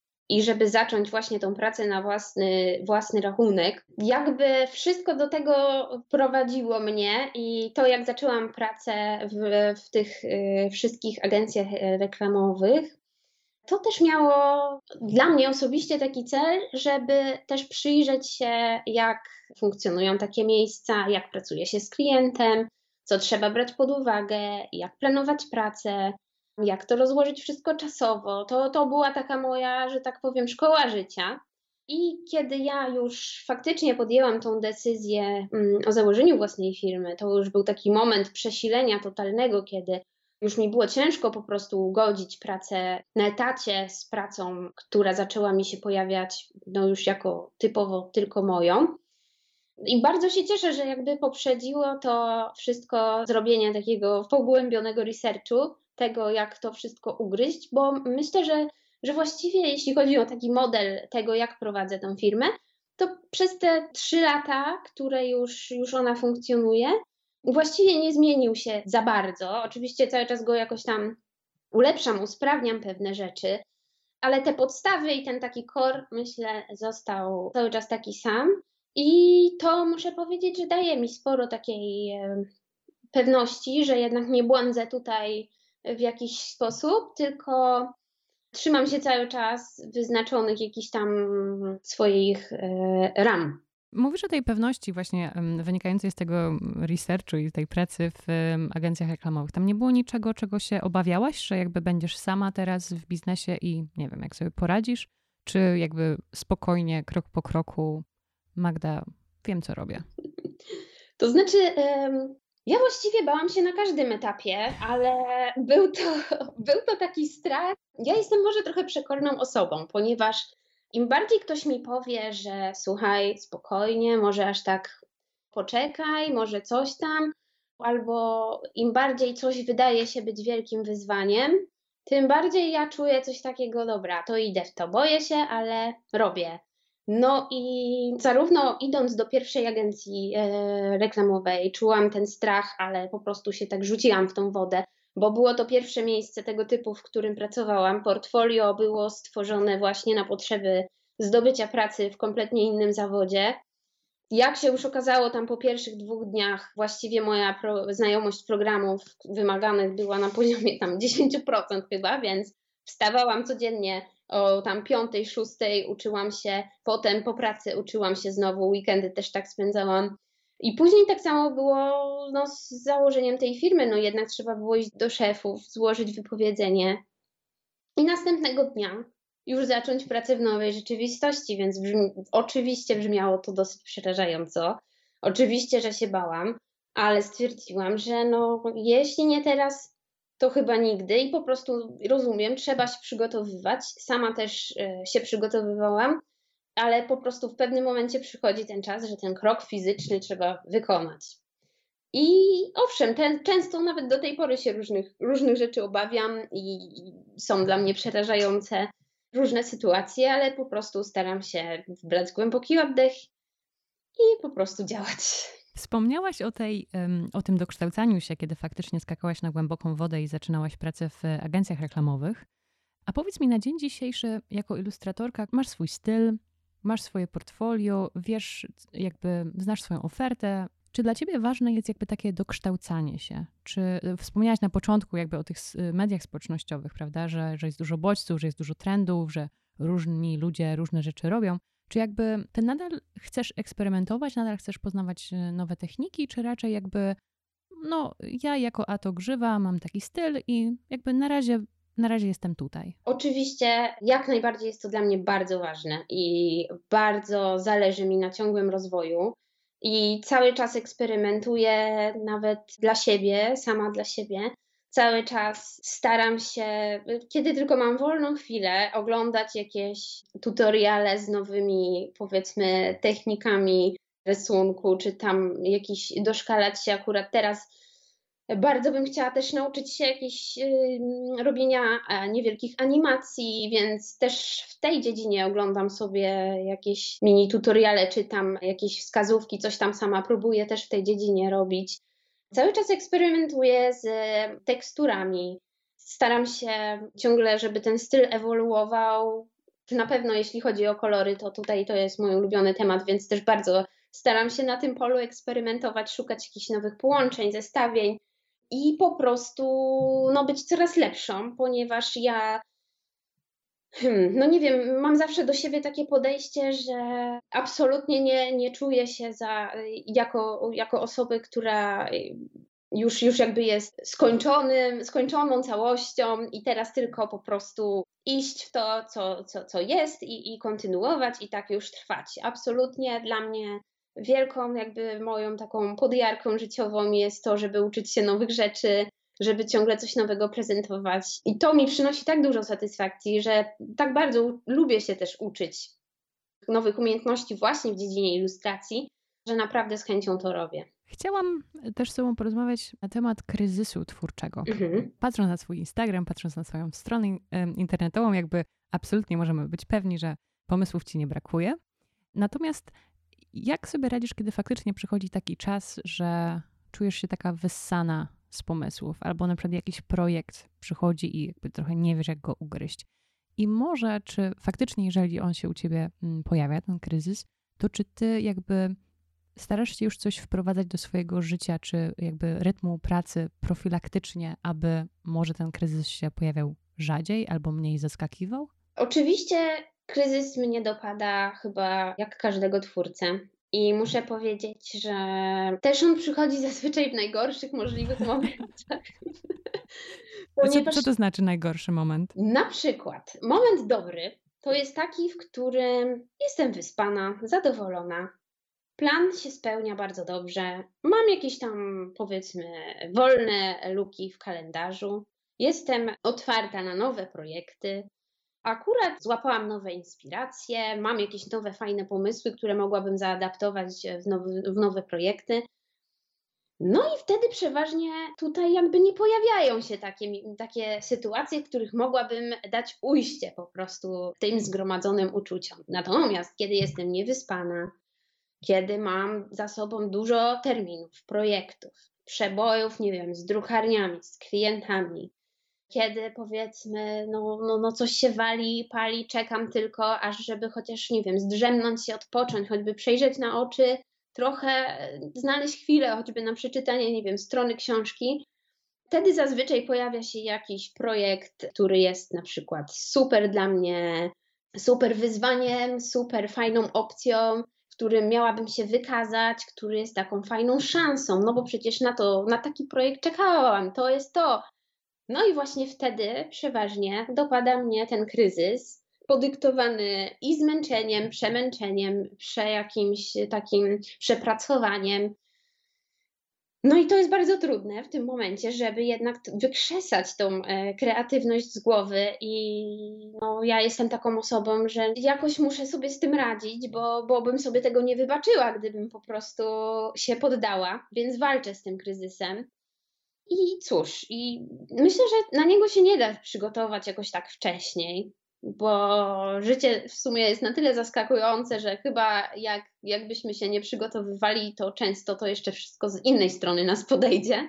i żeby zacząć właśnie tą pracę na własny, własny rachunek. Jakby wszystko do tego prowadziło mnie i to, jak zaczęłam pracę w, w tych y, wszystkich agencjach reklamowych, to też miało dla mnie osobiście taki cel, żeby też przyjrzeć się, jak funkcjonują takie miejsca, jak pracuje się z klientem, co trzeba brać pod uwagę, jak planować pracę. jak to rozłożyć wszystko czasowo. To, to była taka moja, że tak powiem, szkoła życia. I kiedy ja już faktycznie podjęłam tą decyzję mm, o założeniu własnej firmy, to już był taki moment przesilenia totalnego, kiedy już mi było ciężko po prostu ugodzić pracę na etacie z pracą, która zaczęła mi się pojawiać no już jako typowo tylko moją. I bardzo się cieszę, że jakby poprzedziło to wszystko zrobienie takiego pogłębionego researchu, tego jak to wszystko ugryźć, bo myślę, że, że właściwie jeśli chodzi o taki model tego, jak prowadzę tę firmę, to przez te trzy lata, które już, już ona funkcjonuje, właściwie nie zmienił się za bardzo. Oczywiście cały czas go jakoś tam ulepszam, usprawniam pewne rzeczy, ale te podstawy i ten taki core, myślę, został cały czas taki sam. I to muszę powiedzieć, że daje mi sporo takiej e, pewności, że jednak nie błądzę tutaj w jakiś sposób, tylko trzymam się cały czas wyznaczonych jakichś tam swoich e, ram. Mówisz o tej pewności właśnie em, wynikającej z tego researchu i tej pracy w em, agencjach reklamowych. Tam nie było niczego, czego się obawiałaś, że jakby będziesz sama teraz w biznesie i nie wiem, jak sobie poradzisz? Czy jakby spokojnie, krok po kroku, Magda, wiem co robię? To znaczy, em, ja właściwie bałam się na każdym etapie, ale był to, był to taki strach. Ja jestem może trochę przekorną osobą, ponieważ im bardziej ktoś mi powie, że słuchaj, spokojnie, może aż tak poczekaj, może coś tam, albo im bardziej coś wydaje się być wielkim wyzwaniem, tym bardziej ja czuję coś takiego, dobra, to idę w to, boję się, ale robię. No i zarówno idąc do pierwszej agencji e, reklamowej, czułam ten strach, ale po prostu się tak rzuciłam w tą wodę, bo było to pierwsze miejsce tego typu, w którym pracowałam. Portfolio było stworzone właśnie na potrzeby zdobycia pracy w kompletnie innym zawodzie. Jak się już okazało, tam po pierwszych dwóch dniach właściwie moja pro, znajomość programów wymaganych była na poziomie tam dziesięć procent chyba, więc wstawałam codziennie o tam piątej, szóstej, uczyłam się, potem po pracy uczyłam się znowu, weekendy też tak spędzałam. I później tak samo było no, z założeniem tej firmy, no jednak trzeba było iść do szefów, złożyć wypowiedzenie i następnego dnia już zacząć pracę w nowej rzeczywistości, więc brzmi, oczywiście brzmiało to dosyć przerażająco. Oczywiście, że się bałam, ale stwierdziłam, że no jeśli nie teraz, to chyba nigdy i po prostu rozumiem, trzeba się przygotowywać. Sama też y, się przygotowywałam, ale po prostu w pewnym momencie przychodzi ten czas, że ten krok fizyczny trzeba wykonać. I owszem, ten, często nawet do tej pory się różnych, różnych rzeczy obawiam i, i są dla mnie przerażające różne sytuacje, ale po prostu staram się brać głęboki oddech i po prostu działać. Wspomniałaś o, tej, o tym dokształcaniu się, kiedy faktycznie skakałaś na głęboką wodę i zaczynałaś pracę w agencjach reklamowych. A powiedz mi, na dzień dzisiejszy jako ilustratorka masz swój styl, masz swoje portfolio, wiesz, jakby znasz swoją ofertę. Czy dla ciebie ważne jest jakby takie dokształcanie się? Czy wspomniałaś na początku jakby o tych mediach społecznościowych, prawda, że, że jest dużo bodźców, że jest dużo trendów, że różni ludzie różne rzeczy robią. Czy jakby ty nadal chcesz eksperymentować, nadal chcesz poznawać nowe techniki, czy raczej jakby, no ja jako Ato Grzywa mam taki styl i jakby na razie, na razie jestem tutaj? Oczywiście jak najbardziej jest to dla mnie bardzo ważne i bardzo zależy mi na ciągłym rozwoju i cały czas eksperymentuję nawet dla siebie, sama dla siebie. Cały czas staram się, kiedy tylko mam wolną chwilę, oglądać jakieś tutoriale z nowymi, powiedzmy, technikami rysunku, czy tam jakiś doszkalać się akurat teraz. Bardzo bym chciała też nauczyć się jakichś y, robienia niewielkich animacji, więc też w tej dziedzinie oglądam sobie jakieś mini tutoriale, czytam jakieś wskazówki, coś tam sama próbuję też w tej dziedzinie robić. Cały czas eksperymentuję z teksturami. Staram się ciągle, żeby ten styl ewoluował. Na pewno jeśli chodzi o kolory, to tutaj to jest mój ulubiony temat, więc też bardzo staram się na tym polu eksperymentować, szukać jakichś nowych połączeń, zestawień i po prostu no, być coraz lepszą, ponieważ ja Hmm, no nie wiem, mam zawsze do siebie takie podejście, że absolutnie nie, nie czuję się za, jako, jako osoby, która już, już jakby jest skończonym, skończoną całością i teraz tylko po prostu iść w to, co, co, co jest i, i kontynuować i tak już trwać. Absolutnie dla mnie wielką jakby moją taką podjarką życiową jest to, żeby uczyć się nowych rzeczy, żeby ciągle coś nowego prezentować. I to mi przynosi tak dużo satysfakcji, że tak bardzo lubię się też uczyć nowych umiejętności właśnie w dziedzinie ilustracji, że naprawdę z chęcią to robię. Chciałam też z Tobą porozmawiać na temat kryzysu twórczego. Mhm. Patrząc na swój Instagram, patrząc na swoją stronę internetową, jakby absolutnie możemy być pewni, że pomysłów Ci nie brakuje. Natomiast jak sobie radzisz, kiedy faktycznie przychodzi taki czas, że czujesz się taka wyssana z pomysłów, albo na przykład jakiś projekt przychodzi i jakby trochę nie wiesz, jak go ugryźć. I może, czy faktycznie, jeżeli on się u Ciebie pojawia, ten kryzys, to czy Ty jakby starasz się już coś wprowadzać do swojego życia, czy jakby rytmu pracy profilaktycznie, aby może ten kryzys się pojawiał rzadziej albo mniej zaskakiwał? Oczywiście kryzys mnie dopada chyba jak każdego twórcę. I muszę powiedzieć, że też on przychodzi zazwyczaj w najgorszych możliwych momentach. Ponieważ co, co to znaczy najgorszy moment? Na przykład moment dobry to jest taki, w którym jestem wyspana, zadowolona. Plan się spełnia bardzo dobrze. Mam jakieś tam, powiedzmy, wolne luki w kalendarzu. Jestem otwarta na nowe projekty. Akurat złapałam nowe inspiracje, mam jakieś nowe, fajne pomysły, które mogłabym zaadaptować w nowe, w nowe projekty. No i wtedy przeważnie tutaj jakby nie pojawiają się takie, takie sytuacje, w których mogłabym dać ujście po prostu tym zgromadzonym uczuciom. Natomiast kiedy jestem niewyspana, kiedy mam za sobą dużo terminów, projektów, przebojów, nie wiem, z drukarniami, z klientami, kiedy powiedzmy, no, no, no coś się wali, pali, czekam tylko, aż żeby chociaż, nie wiem, zdrzemnąć się, odpocząć, choćby przejrzeć na oczy, trochę znaleźć chwilę choćby na przeczytanie, nie wiem, strony książki. Wtedy zazwyczaj pojawia się jakiś projekt, który jest na przykład super dla mnie, super wyzwaniem, super fajną opcją, w którym miałabym się wykazać, który jest taką fajną szansą, no bo przecież na to, na taki projekt czekałam, to jest to. No i właśnie wtedy przeważnie dopada mnie ten kryzys, podyktowany i zmęczeniem, przemęczeniem, prze jakimś takim przepracowaniem. No i to jest bardzo trudne w tym momencie, żeby jednak wykrzesać tą e, kreatywność z głowy i no, ja jestem taką osobą, że jakoś muszę sobie z tym radzić, bo, bo bym sobie tego nie wybaczyła, gdybym po prostu się poddała, więc walczę z tym kryzysem. I cóż, i myślę, że na niego się nie da przygotować jakoś tak wcześniej, bo życie w sumie jest na tyle zaskakujące, że chyba jak, jakbyśmy się nie przygotowywali, to często to jeszcze wszystko z innej strony nas podejdzie.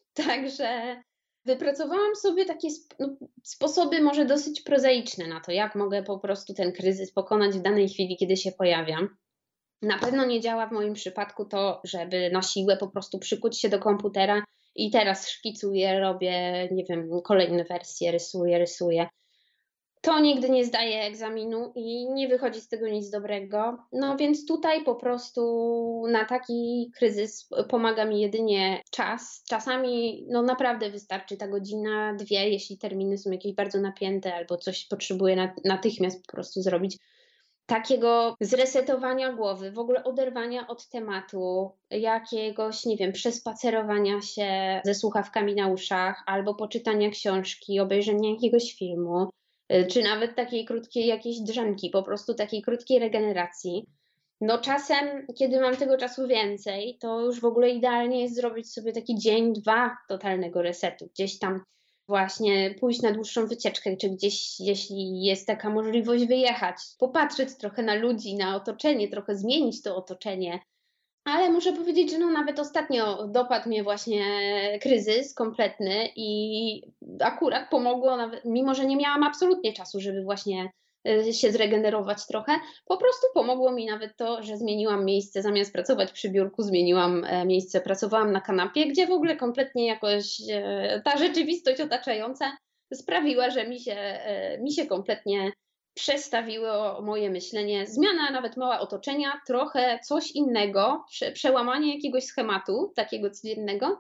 Także wypracowałam sobie takie sp- no, sposoby może dosyć prozaiczne na to, jak mogę po prostu ten kryzys pokonać w danej chwili, kiedy się pojawiam. Na pewno nie działa w moim przypadku to, żeby na siłę po prostu przykuć się do komputera i teraz szkicuję, robię, nie wiem, kolejne wersje, rysuję, rysuję. To nigdy nie zdaję egzaminu i nie wychodzi z tego nic dobrego. No więc tutaj po prostu na taki kryzys pomaga mi jedynie czas. Czasami no naprawdę wystarczy ta godzina, dwie, jeśli terminy są jakieś bardzo napięte albo coś potrzebuję natychmiast po prostu zrobić. Takiego zresetowania głowy, w ogóle oderwania od tematu, jakiegoś, nie wiem, przespacerowania się ze słuchawkami na uszach, albo poczytania książki, obejrzenia jakiegoś filmu, czy nawet takiej krótkiej jakiejś drzemki, po prostu takiej krótkiej regeneracji. No czasem, kiedy mam tego czasu więcej, to już w ogóle idealnie jest zrobić sobie taki dzień, dwa totalnego resetu, gdzieś tam właśnie pójść na dłuższą wycieczkę, czy gdzieś, jeśli jest taka możliwość, wyjechać, popatrzeć trochę na ludzi, na otoczenie, trochę zmienić to otoczenie. Ale muszę powiedzieć, że no nawet ostatnio dopadł mnie właśnie kryzys kompletny i akurat pomogło, nawet, mimo że nie miałam absolutnie czasu, żeby właśnie się zregenerować trochę, po prostu pomogło mi nawet to, że zmieniłam miejsce, zamiast pracować przy biurku, zmieniłam miejsce, pracowałam na kanapie, gdzie w ogóle kompletnie jakoś ta rzeczywistość otaczająca sprawiła, że mi się, mi się kompletnie przestawiło moje myślenie, zmiana nawet mała otoczenia, trochę coś innego, prze, przełamanie jakiegoś schematu takiego codziennego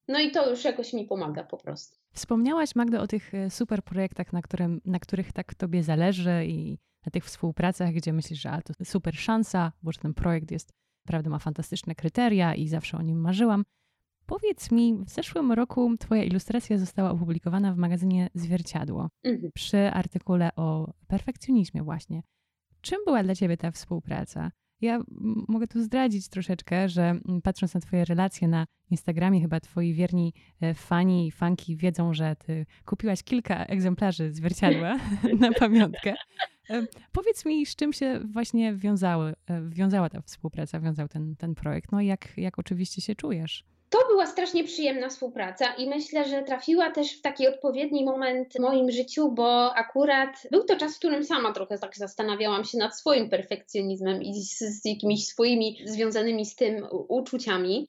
No i to już jakoś mi pomaga po prostu. Wspomniałaś, Magdo, o tych e, super projektach, na, którym, na których tak tobie zależy i na tych współpracach, gdzie myślisz, że a, to super szansa, bo że ten projekt jest, naprawdę ma fantastyczne kryteria i zawsze o nim marzyłam. Powiedz mi, w zeszłym roku twoja ilustracja została opublikowana w magazynie Zwierciadło Mhm. przy artykule o perfekcjonizmie właśnie. Czym była dla ciebie ta współpraca? Ja m- mogę tu zdradzić troszeczkę, że m, patrząc na twoje relacje na Instagramie, chyba twoi wierni e, fani i fanki wiedzą, że ty kupiłaś kilka egzemplarzy Zwierciadła na pamiątkę. E, Powiedz mi, z czym się właśnie wiązały, e, wiązała ta współpraca, wiązał ten, ten projekt? No i jak, jak oczywiście się czujesz? To była strasznie przyjemna współpraca i myślę, że trafiła też w taki odpowiedni moment w moim życiu, bo akurat był to czas, w którym sama trochę tak zastanawiałam się nad swoim perfekcjonizmem i z, z jakimiś swoimi związanymi z tym u- uczuciami.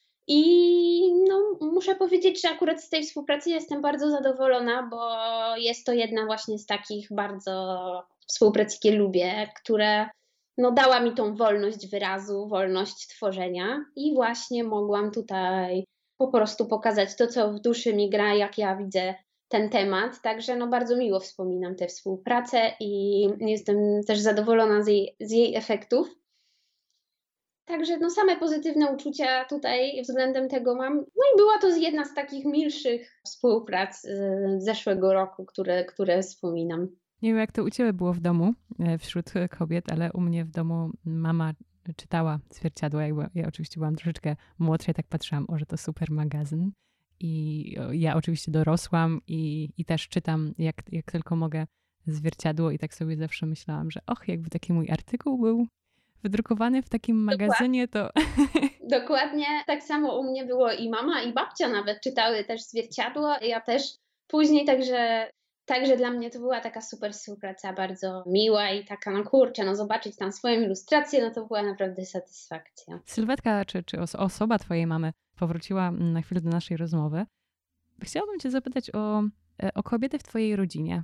I no, muszę powiedzieć, że akurat z tej współpracy jestem bardzo zadowolona, bo jest to jedna właśnie z takich bardzo współprac, jakie lubię, które no, dała mi tą wolność wyrazu, wolność tworzenia i właśnie mogłam tutaj po prostu pokazać to, co w duszy mi gra, jak ja widzę ten temat. Także no, bardzo miło wspominam tę współpracę i jestem też zadowolona z jej, z jej efektów. Także no same pozytywne uczucia tutaj względem tego mam. No i była to jedna z takich milszych współprac z zeszłego roku, które, które wspominam. Nie wiem, jak to u ciebie było w domu, e, wśród kobiet, ale u mnie w domu mama czytała Zwierciadło. Ja, była- ja oczywiście byłam troszeczkę młodsza i tak patrzyłam, o, że to super magazyn. I o, ja oczywiście dorosłam i, i też czytam, jak, jak tylko mogę, Zwierciadło i tak sobie zawsze myślałam, że och, jakby taki mój artykuł był wydrukowany w takim magazynie, to Dokładnie tak samo u mnie było i mama, i babcia nawet czytały też Zwierciadło. Ja też później, także, także dla mnie to była taka super współpraca, bardzo miła i taka, no kurczę, no zobaczyć tam swoją ilustrację, no to była naprawdę satysfakcja. sylwetka czy, czy os- osoba twojej mamy powróciła na chwilę do naszej rozmowy. Chciałabym cię zapytać o, e, o kobiety w twojej rodzinie.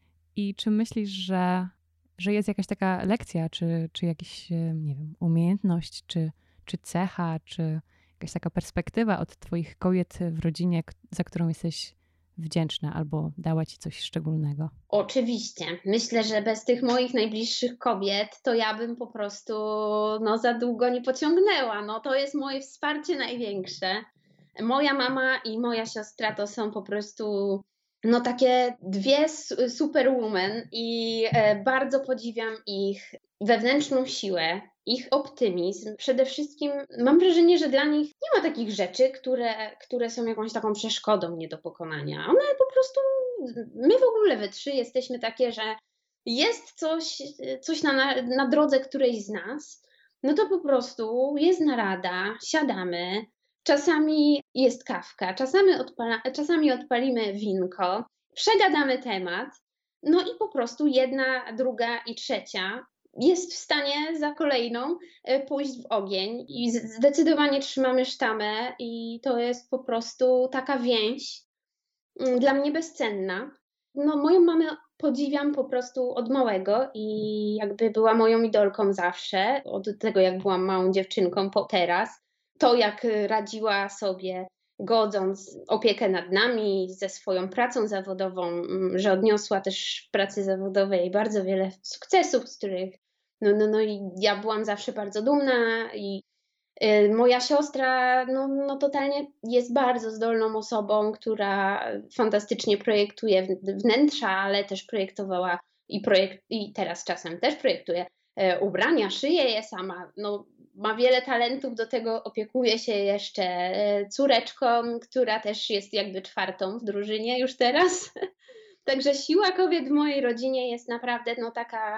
I czy myślisz, że, że jest jakaś taka lekcja, czy, czy jakaś, e, nie wiem, umiejętność, czy, czy cecha, czy jakaś taka perspektywa od twoich kobiet w rodzinie, k- za którą jesteś wdzięczna albo dała ci coś szczególnego? Oczywiście. Myślę, że bez tych moich najbliższych kobiet to ja bym po prostu no, za długo nie pociągnęła. No, to jest moje wsparcie największe. Moja mama i moja siostra to są po prostu no, takie dwie su- superwoman i e, bardzo podziwiam ich wewnętrzną siłę, ich optymizm. Przede wszystkim mam wrażenie, że dla nich nie ma takich rzeczy, które, które są jakąś taką przeszkodą nie do pokonania. One po prostu my w ogóle we trzy jesteśmy takie, że jest coś, coś na, na, na drodze którejś z nas, no to po prostu jest narada, siadamy, czasami jest kawka, czasami, odpala, czasami odpalimy winko, przegadamy temat, no i po prostu jedna, druga i trzecia jest w stanie za kolejną e, pójść w ogień i z- zdecydowanie trzymamy sztamę i to jest po prostu taka więź, mm, dla mnie bezcenna. No, moją mamę podziwiam po prostu od małego i jakby była moją idolką zawsze, od tego jak byłam małą dziewczynką po teraz. To jak y, radziła sobie, godząc opiekę nad nami ze swoją pracą zawodową, mm, że odniosła też w pracy zawodowej bardzo wiele sukcesów, z których no, no, no i ja byłam zawsze bardzo dumna i Y, moja siostra no, no totalnie jest bardzo zdolną osobą, która fantastycznie projektuje w- wnętrza, ale też projektowała i, projekt, i teraz czasem też projektuje e, ubrania, szyje je sama. No, ma wiele talentów, do tego opiekuje się jeszcze e, córeczką, która też jest jakby czwartą w drużynie już teraz. Także siła kobiet w mojej rodzinie jest naprawdę no, taka.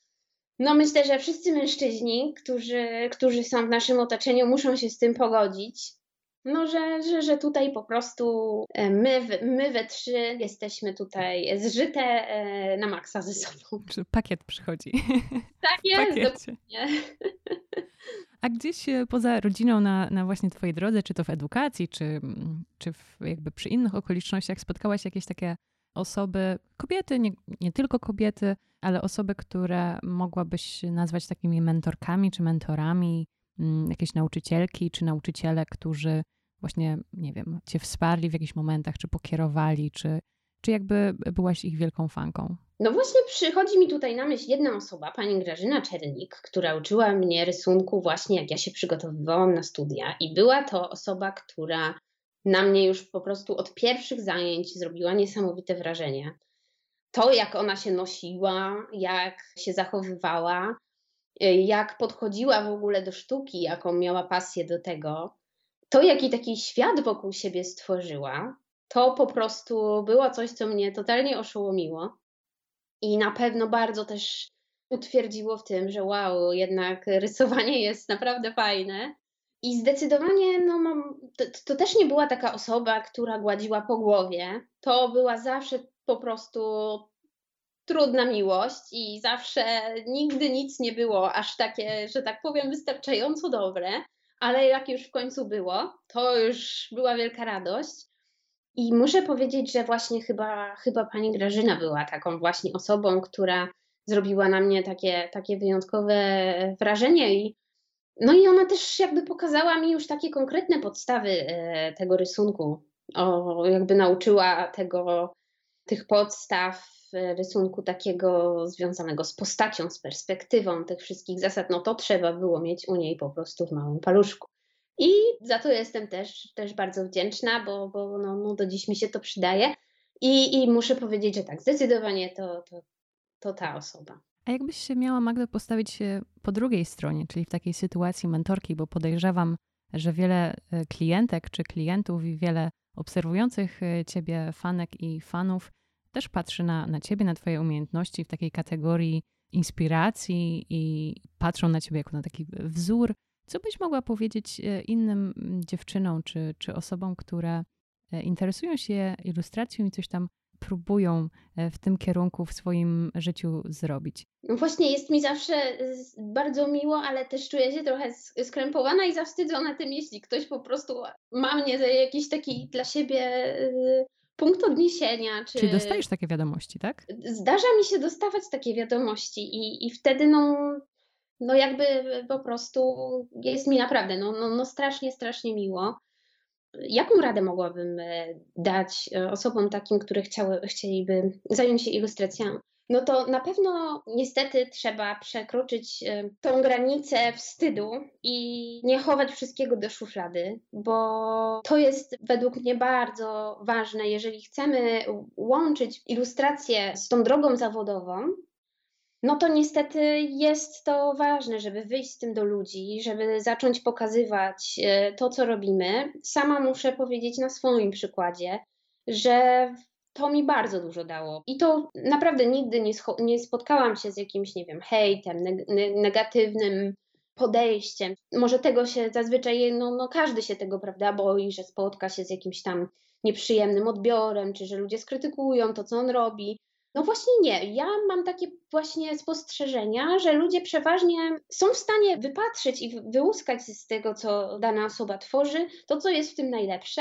No myślę, że wszyscy mężczyźni, którzy, którzy są w naszym otoczeniu, muszą się z tym pogodzić. No, że, że, że tutaj po prostu e, my, w- my we trzy jesteśmy tutaj zżyte e, na maksa ze sobą. Czy pakiet przychodzi Tak w jest, pakiecie? dokładnie. A gdzieś e, poza rodziną na, na właśnie twojej drodze, czy to w edukacji, czy, mm, czy w, jakby przy innych okolicznościach spotkałaś jakieś takie osoby, kobiety, nie, nie tylko kobiety, ale osoby, które mogłabyś nazwać takimi mentorkami czy mentorami, mm, jakieś nauczycielki czy nauczyciele, którzy właśnie, nie wiem, cię wsparli w jakichś momentach, czy pokierowali, czy, czy jakby byłaś ich wielką fanką? No właśnie przychodzi mi tutaj na myśl jedna osoba, pani Grażyna Czernik, która uczyła mnie rysunku właśnie jak ja się przygotowywałam na studia i była to osoba, która na mnie już po prostu od pierwszych zajęć zrobiła niesamowite wrażenie. To, jak ona się nosiła, jak się zachowywała, jak podchodziła w ogóle do sztuki, jaką miała pasję do tego, to jaki taki świat wokół siebie stworzyła, to po prostu było coś, co mnie totalnie oszołomiło. I na pewno bardzo też utwierdziło w tym, że wow, jednak rysowanie jest naprawdę fajne. I zdecydowanie no, mam, to, to też nie była taka osoba, która gładziła po głowie. To była zawsze po prostu trudna miłość i zawsze nigdy nic nie było aż takie, że tak powiem, wystarczająco dobre, ale jak już w końcu było, to już była wielka radość. I muszę powiedzieć, że właśnie chyba, chyba pani Grażyna była taką właśnie osobą, która zrobiła na mnie takie, takie wyjątkowe wrażenie. I, no i ona też jakby pokazała mi już takie konkretne podstawy e, tego rysunku. O, jakby nauczyła tego, tych podstaw e, rysunku takiego związanego z postacią, z perspektywą tych wszystkich zasad. No to trzeba było mieć u niej po prostu w małym paluszku. I za to jestem też, też bardzo wdzięczna, bo, bo no, no do dziś mi się to przydaje. I, i muszę powiedzieć, że tak, zdecydowanie to, to, to ta osoba. A jakbyś się miała, Magdo, postawić się po drugiej stronie, czyli w takiej sytuacji mentorki, bo podejrzewam, że wiele e, klientek czy klientów i wiele obserwujących e, ciebie fanek i fanów też patrzy na, na ciebie, na twoje umiejętności w takiej kategorii inspiracji i patrzą na ciebie jako na taki wzór. Co byś mogła powiedzieć e, innym dziewczynom czy, czy osobom, które e, interesują się ilustracją i coś tam próbują e, w tym kierunku w swoim życiu zrobić? No właśnie jest mi zawsze z- bardzo miło, ale też czuję się trochę sk- skrępowana i zawstydzona tym, jeśli ktoś po prostu ma mnie za jakiś taki dla siebie y, punkt odniesienia, czy Czyli dostajesz takie wiadomości, tak? zdarza mi się dostawać takie wiadomości i, i wtedy no, no jakby po prostu jest mi naprawdę no, no, no strasznie, strasznie miło. Jaką radę mogłabym e, dać e, osobom takim, które chciały, chcieliby zająć się ilustracjami? No to na pewno niestety trzeba przekroczyć e, tą granicę wstydu i nie chować wszystkiego do szuflady, bo to jest według mnie bardzo ważne, jeżeli chcemy łączyć ilustrację z tą drogą zawodową. No to niestety jest to ważne, żeby wyjść z tym do ludzi, żeby zacząć pokazywać e, to, co robimy. Sama muszę powiedzieć na swoim przykładzie, że to mi bardzo dużo dało. I to naprawdę nigdy nie, scho- nie spotkałam się z jakimś, nie wiem, hejtem, neg- ne- negatywnym podejściem. Może tego się zazwyczaj, no, no każdy się tego, prawda, boi, że spotka się z jakimś tam nieprzyjemnym odbiorem, czy że ludzie skrytykują to, co on robi. No właśnie nie. Ja mam takie właśnie spostrzeżenia, że ludzie przeważnie są w stanie wypatrzeć i wy- wyłuskać z tego, co dana osoba tworzy, to, co jest w tym najlepsze.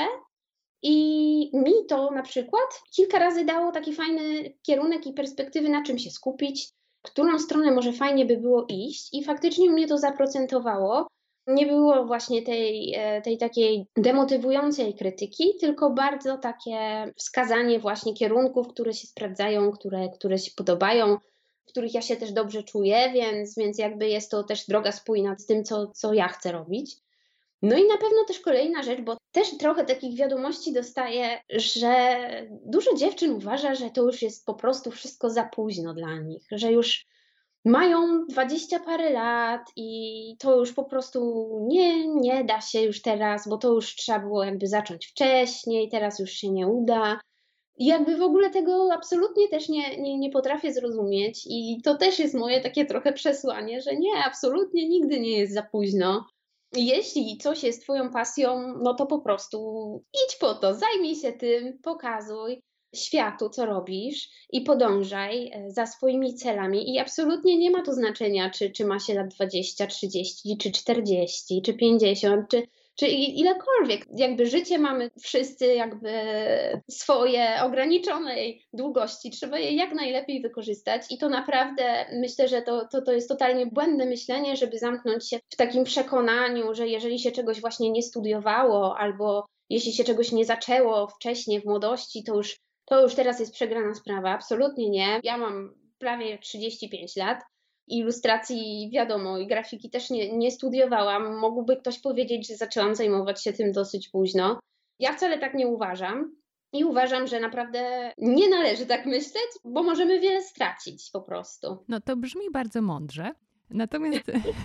I mi to na przykład kilka razy dało taki fajny kierunek i perspektywy, na czym się skupić, w którą stronę może fajnie by było iść. I faktycznie mnie to zaprocentowało. Nie było właśnie tej, e, tej takiej demotywującej krytyki, tylko bardzo takie wskazanie właśnie kierunków, które się sprawdzają, które, które się podobają, w których ja się też dobrze czuję, więc, więc jakby jest to też droga spójna z tym, co, co ja chcę robić. No i na pewno też kolejna rzecz, bo też trochę takich wiadomości dostaję, że dużo dziewczyn uważa, że to już jest po prostu wszystko za późno dla nich, że już mają dwadzieścia parę lat i to już po prostu nie, nie da się już teraz, bo to już trzeba było jakby zacząć wcześniej, teraz już się nie uda. I jakby w ogóle tego absolutnie też nie, nie, nie potrafię zrozumieć i to też jest moje takie trochę przesłanie, że nie, absolutnie nigdy nie jest za późno. Jeśli coś jest twoją pasją, no to po prostu idź po to, zajmij się tym, pokazuj światu, co robisz i podążaj e, za swoimi celami. I absolutnie nie ma to znaczenia, czy, czy ma się lat dwadzieścia, trzydzieści, czy czterdzieści, czy pięćdziesiąt, czy Czyli ilekolwiek, jakby życie mamy wszyscy jakby swoje ograniczonej długości, trzeba je jak najlepiej wykorzystać i to naprawdę myślę, że to, to, to jest totalnie błędne myślenie, żeby zamknąć się w takim przekonaniu, że jeżeli się czegoś właśnie nie studiowało albo jeśli się czegoś nie zaczęło wcześniej w młodości, to już, to już teraz jest przegrana sprawa. Absolutnie nie. Ja mam prawie trzydzieści pięć lat. Ilustracji wiadomo i grafiki też nie, nie studiowałam. Mógłby ktoś powiedzieć, że zaczęłam zajmować się tym dosyć późno. Ja wcale tak nie uważam i uważam, że naprawdę nie należy tak myśleć, bo możemy wiele stracić po prostu. No to brzmi bardzo mądrze. Natomiast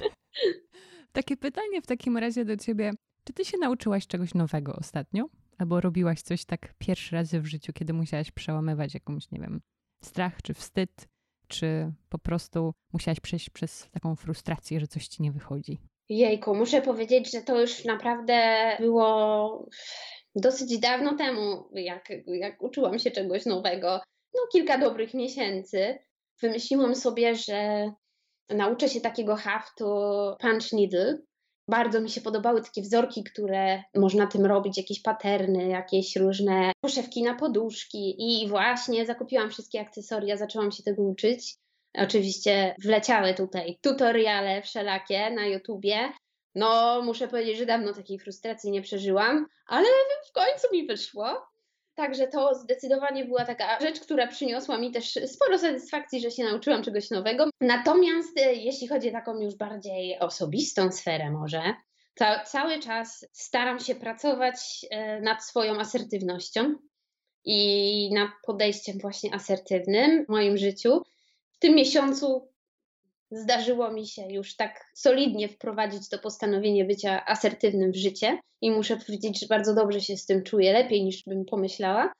takie pytanie w takim razie do ciebie. Czy ty się nauczyłaś czegoś nowego ostatnio? Albo robiłaś coś tak pierwszy raz w życiu, kiedy musiałaś przełamywać jakąś, nie wiem, strach czy wstyd? Czy po prostu musiałaś przejść przez taką frustrację, że coś ci nie wychodzi? Jejku, muszę powiedzieć, że to już naprawdę było dosyć dawno temu, jak, jak uczyłam się czegoś nowego. No kilka dobrych miesięcy. Wymyśliłam sobie, że nauczę się takiego haftu punch needle. Bardzo mi się podobały takie wzorki, które można tym robić, jakieś paterny, jakieś różne poszewki na poduszki i właśnie zakupiłam wszystkie akcesoria, zaczęłam się tego uczyć. Oczywiście wleciały tutaj tutoriale wszelakie na YouTubie. No muszę powiedzieć, że dawno takiej frustracji nie przeżyłam, ale w końcu mi wyszło. Także to zdecydowanie była taka rzecz, która przyniosła mi też sporo satysfakcji, że się nauczyłam czegoś nowego. Natomiast jeśli chodzi o taką już bardziej osobistą sferę może, to cały czas staram się pracować nad swoją asertywnością i nad podejściem właśnie asertywnym w moim życiu. W tym miesiącu zdarzyło mi się już tak solidnie wprowadzić to postanowienie bycia asertywnym w życie i muszę powiedzieć, że bardzo dobrze się z tym czuję, lepiej niż bym pomyślała.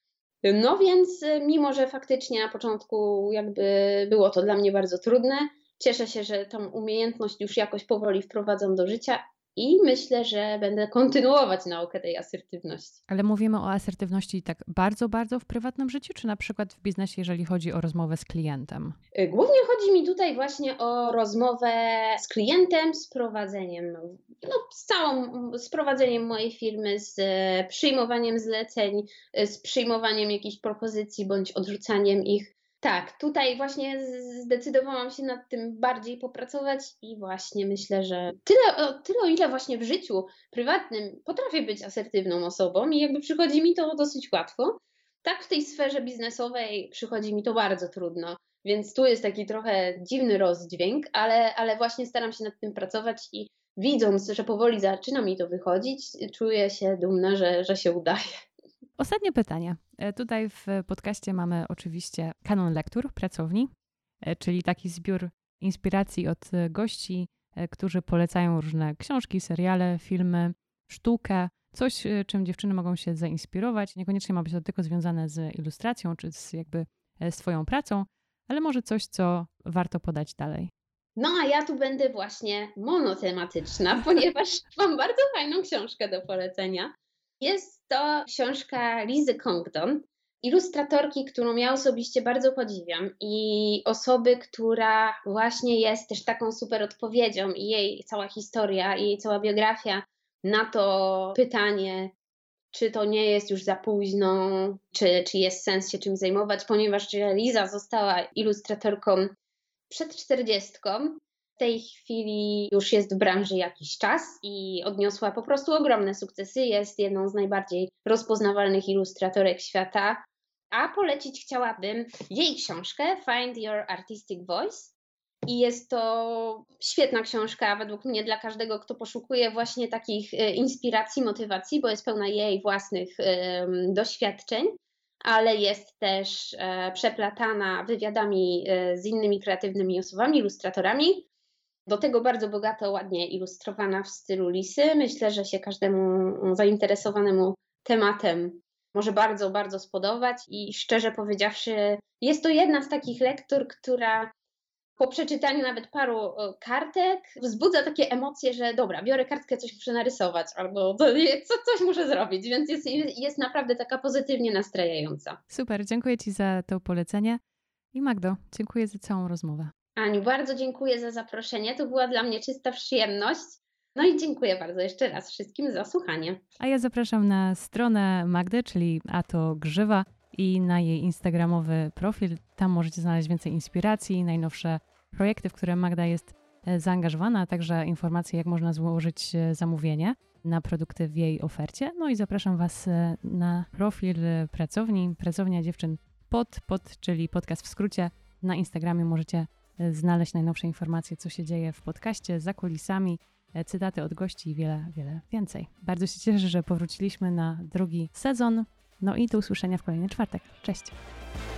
No więc mimo, że faktycznie na początku jakby było to dla mnie bardzo trudne, cieszę się, że tą umiejętność już jakoś powoli wprowadzam do życia i myślę, że będę kontynuować naukę tej asertywności. Ale mówimy o asertywności tak bardzo, bardzo w prywatnym życiu, czy na przykład w biznesie, jeżeli chodzi o rozmowę z klientem? Głównie chodzi mi tutaj właśnie o rozmowę z klientem, z prowadzeniem, no z całą, z prowadzeniem mojej firmy, z przyjmowaniem zleceń, z przyjmowaniem jakichś propozycji bądź odrzucaniem ich. Tak, tutaj właśnie zdecydowałam się nad tym bardziej popracować i właśnie myślę, że tyle, tyle o ile właśnie w życiu prywatnym potrafię być asertywną osobą i jakby przychodzi mi to dosyć łatwo, tak w tej sferze biznesowej przychodzi mi to bardzo trudno. Więc tu jest taki trochę dziwny rozdźwięk, ale, ale właśnie staram się nad tym pracować i widząc, że powoli zaczyna mi to wychodzić, czuję się dumna, że, że się udaje. Ostatnie pytanie. Tutaj w podcaście mamy oczywiście kanon lektur pracowni, czyli taki zbiór inspiracji od gości, którzy polecają różne książki, seriale, filmy, sztukę, coś, czym dziewczyny mogą się zainspirować. Niekoniecznie ma być to tylko związane z ilustracją czy z jakby swoją pracą, ale może coś, co warto podać dalej. No a ja tu będę właśnie monotematyczna, ponieważ mam bardzo fajną książkę do polecenia. Jest to książka Lizy Congdon, ilustratorki, którą ja osobiście bardzo podziwiam i osoby, która właśnie jest też taką super odpowiedzią i jej cała historia, i jej cała biografia na to pytanie, czy to nie jest już za późno, czy, czy jest sens się czymś zajmować, ponieważ Liza została ilustratorką przed czterdziestką. W tej chwili już jest w branży jakiś czas i odniosła po prostu ogromne sukcesy. Jest jedną z najbardziej rozpoznawalnych ilustratorek świata. A polecić chciałabym jej książkę Find Your Artistic Voice. I jest to świetna książka według mnie dla każdego, kto poszukuje właśnie takich inspiracji, motywacji, bo jest pełna jej własnych um, doświadczeń, ale jest też e, przeplatana wywiadami e, z innymi kreatywnymi osobami, ilustratorami. Do tego bardzo bogato, ładnie ilustrowana w stylu Lisy. Myślę, że się każdemu zainteresowanemu tematem może bardzo, bardzo spodobać i szczerze powiedziawszy, jest to jedna z takich lektur, która po przeczytaniu nawet paru kartek wzbudza takie emocje, że dobra, biorę kartkę, coś muszę narysować albo co, coś muszę zrobić, więc jest, jest naprawdę taka pozytywnie nastrajająca. Super, dziękuję Ci za to polecenie i Magdo, dziękuję za całą rozmowę. Aniu, bardzo dziękuję za zaproszenie, to była dla mnie czysta przyjemność. No i dziękuję bardzo jeszcze raz wszystkim za słuchanie. A ja zapraszam na stronę Magdy, czyli Ato Grzywa, i na jej instagramowy profil. Tam możecie znaleźć więcej inspiracji, najnowsze projekty, w które Magda jest zaangażowana, a także informacje, jak można złożyć zamówienie na produkty w jej ofercie. No i zapraszam Was na profil pracowni, Pracownia Dziewczyn Pod, pod, czyli podcast w skrócie. Na Instagramie możecie znaleźć najnowsze informacje, co się dzieje w podcaście, za kulisami, cytaty od gości i wiele, wiele więcej. Bardzo się cieszę, że powróciliśmy na drugi sezon. No i do usłyszenia w kolejny czwartek. Cześć!